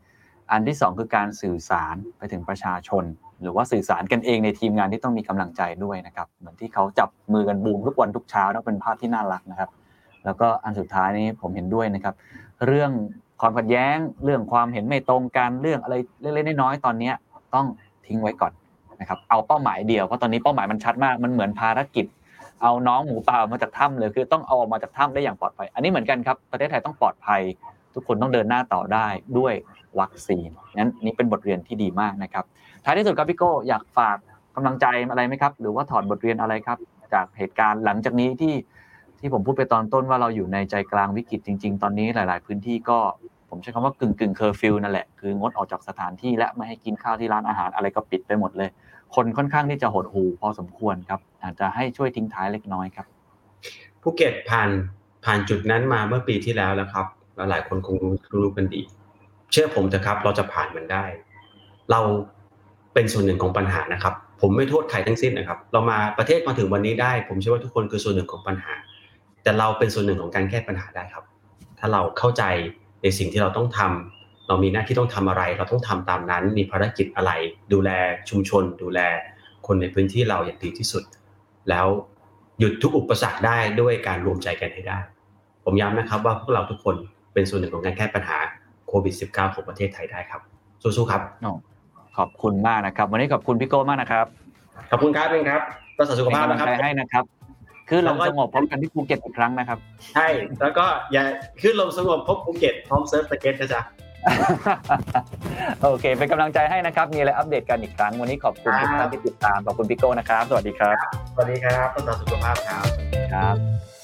อันที่สองคือการสื่อสารไปถึงประชาชนหรือว่าสื่อสารกันเองในทีมงานที่ต้องมีกำลังใจด้วยนะครับเหมือนที่เขาจับมือกันบูมทุกวันทุกเช้าแล้วเป็นภาพที่น่ารักนะครับแล้วก็อันสุดท้ายนี้ผมเห็นด้วยนะครับเรื่องความขัดแย้งเรื่องความเห็นไม่ตรงกันเรื่องอะไรเล็กๆน้อยๆตอนนี้ต้องทิ้งไว้ก่อนนะครับเอาเป้าหมายเดียวเพราะตอนนี้เป้าหมายมันชัดมากมันเหมือนภารกิจเอาน้องหมูป่ามาจากถ้ำเลยคือต้องเอาออกมาจากถ้ำได้อย่างปลอดภัยอันนี้เหมือนกันครับประเทศไทยต้องปลอดภัยทุกคนต้องเดินหน้าต่อได้ด้วยวัคซีนนั้นนี่เป็นบทเรียนที่ดีมากนะครับท้ายที่สุดครับพี่โก้อยากฝากกำลังใจอะไรไหมครับหรือว่าถอดบทเรียนอะไรครับจากเหตุการณ์หลังจากนี้ที่ที่ผมพูดไปตอนต้นว่าเราอยู่ในใจกลางวิกฤตจริงๆตอนนี้หลายๆพื้นที่ก็ผมใช้คำว่ากึ่งๆเคอร์ฟิวนั่นแหละคืองดออกจากสถานที่และไม่ให้กินข้าวที่ร้านอาหารอะไรก็ปิดไปหมดเลยคนค่อนข้างที่จะหดหู่พอสมควรครับอาจจะให้ช่วยทิ้งท้ายเล็กน้อยครับภูเก็ตผ่านผ่านจุดนั้นมาเมื่อปีที่แล้วแล้วครับแล้วหลายคนคงรู้รู้กันดีเชื่อผมเถอะครับเราจะผ่านมันได้เราเป็นส่วนหนึ่งของปัญหานะครับผมไม่โทษใครทั้งสิ้นนะครับเรามาประเทศมาถึงวันนี้ได้ผมเชื่อว่าทุกคนคือส่วนหนึ่งของปัญหาแต่เราเป็นส่วนหนึ่งของการแก้ปัญหาได้ครับถ้าเราเข้าใจในสิ่งที่เราต้องทำเรามีหน้าที่ต้องทำอะไรเราต้องทำตามนั้นมีภารกิจอะไรดูแลชุมชนดูแลคนในพื้นที่เราอย่างดีที่สุดแล้วหยุดทุกอุปสรรคได้ด้วยการรวมใจกันให้ได้ผมย้ำนะครับว่าพวกเราทุกคนเป็นส่วนหนึ่งของการแก้ปัญหาโควิด สิบเก้า ของประเทศไทยได้ครับสู้ๆครับขอบคุณมากนะครับวันนี้ขอบคุณพี่โก้มากนะครับขอบคุณครับเป็นครับรักษาสุขภาพนะครับเป็นกำลังใจให้นะครับคือลมสงบพบกันที่ภูเก็ตอีกครั้งนะครับใช่แล้วก็อย่าขึ้นลมสงบพบภูเก็ตพร้อมเซิร์ฟสเก็ตนะจ๊ะโอเคเป็นกำลังใจให้นะครับมีอะไรอัปเดตกันอีกครั้งวันนี้ขอบคุณทุกท่านที่ติดตามขอบคุณพี่โก้นะครับสวัสดีครับสวัสดีครับรักษาสุขภาพครับครับ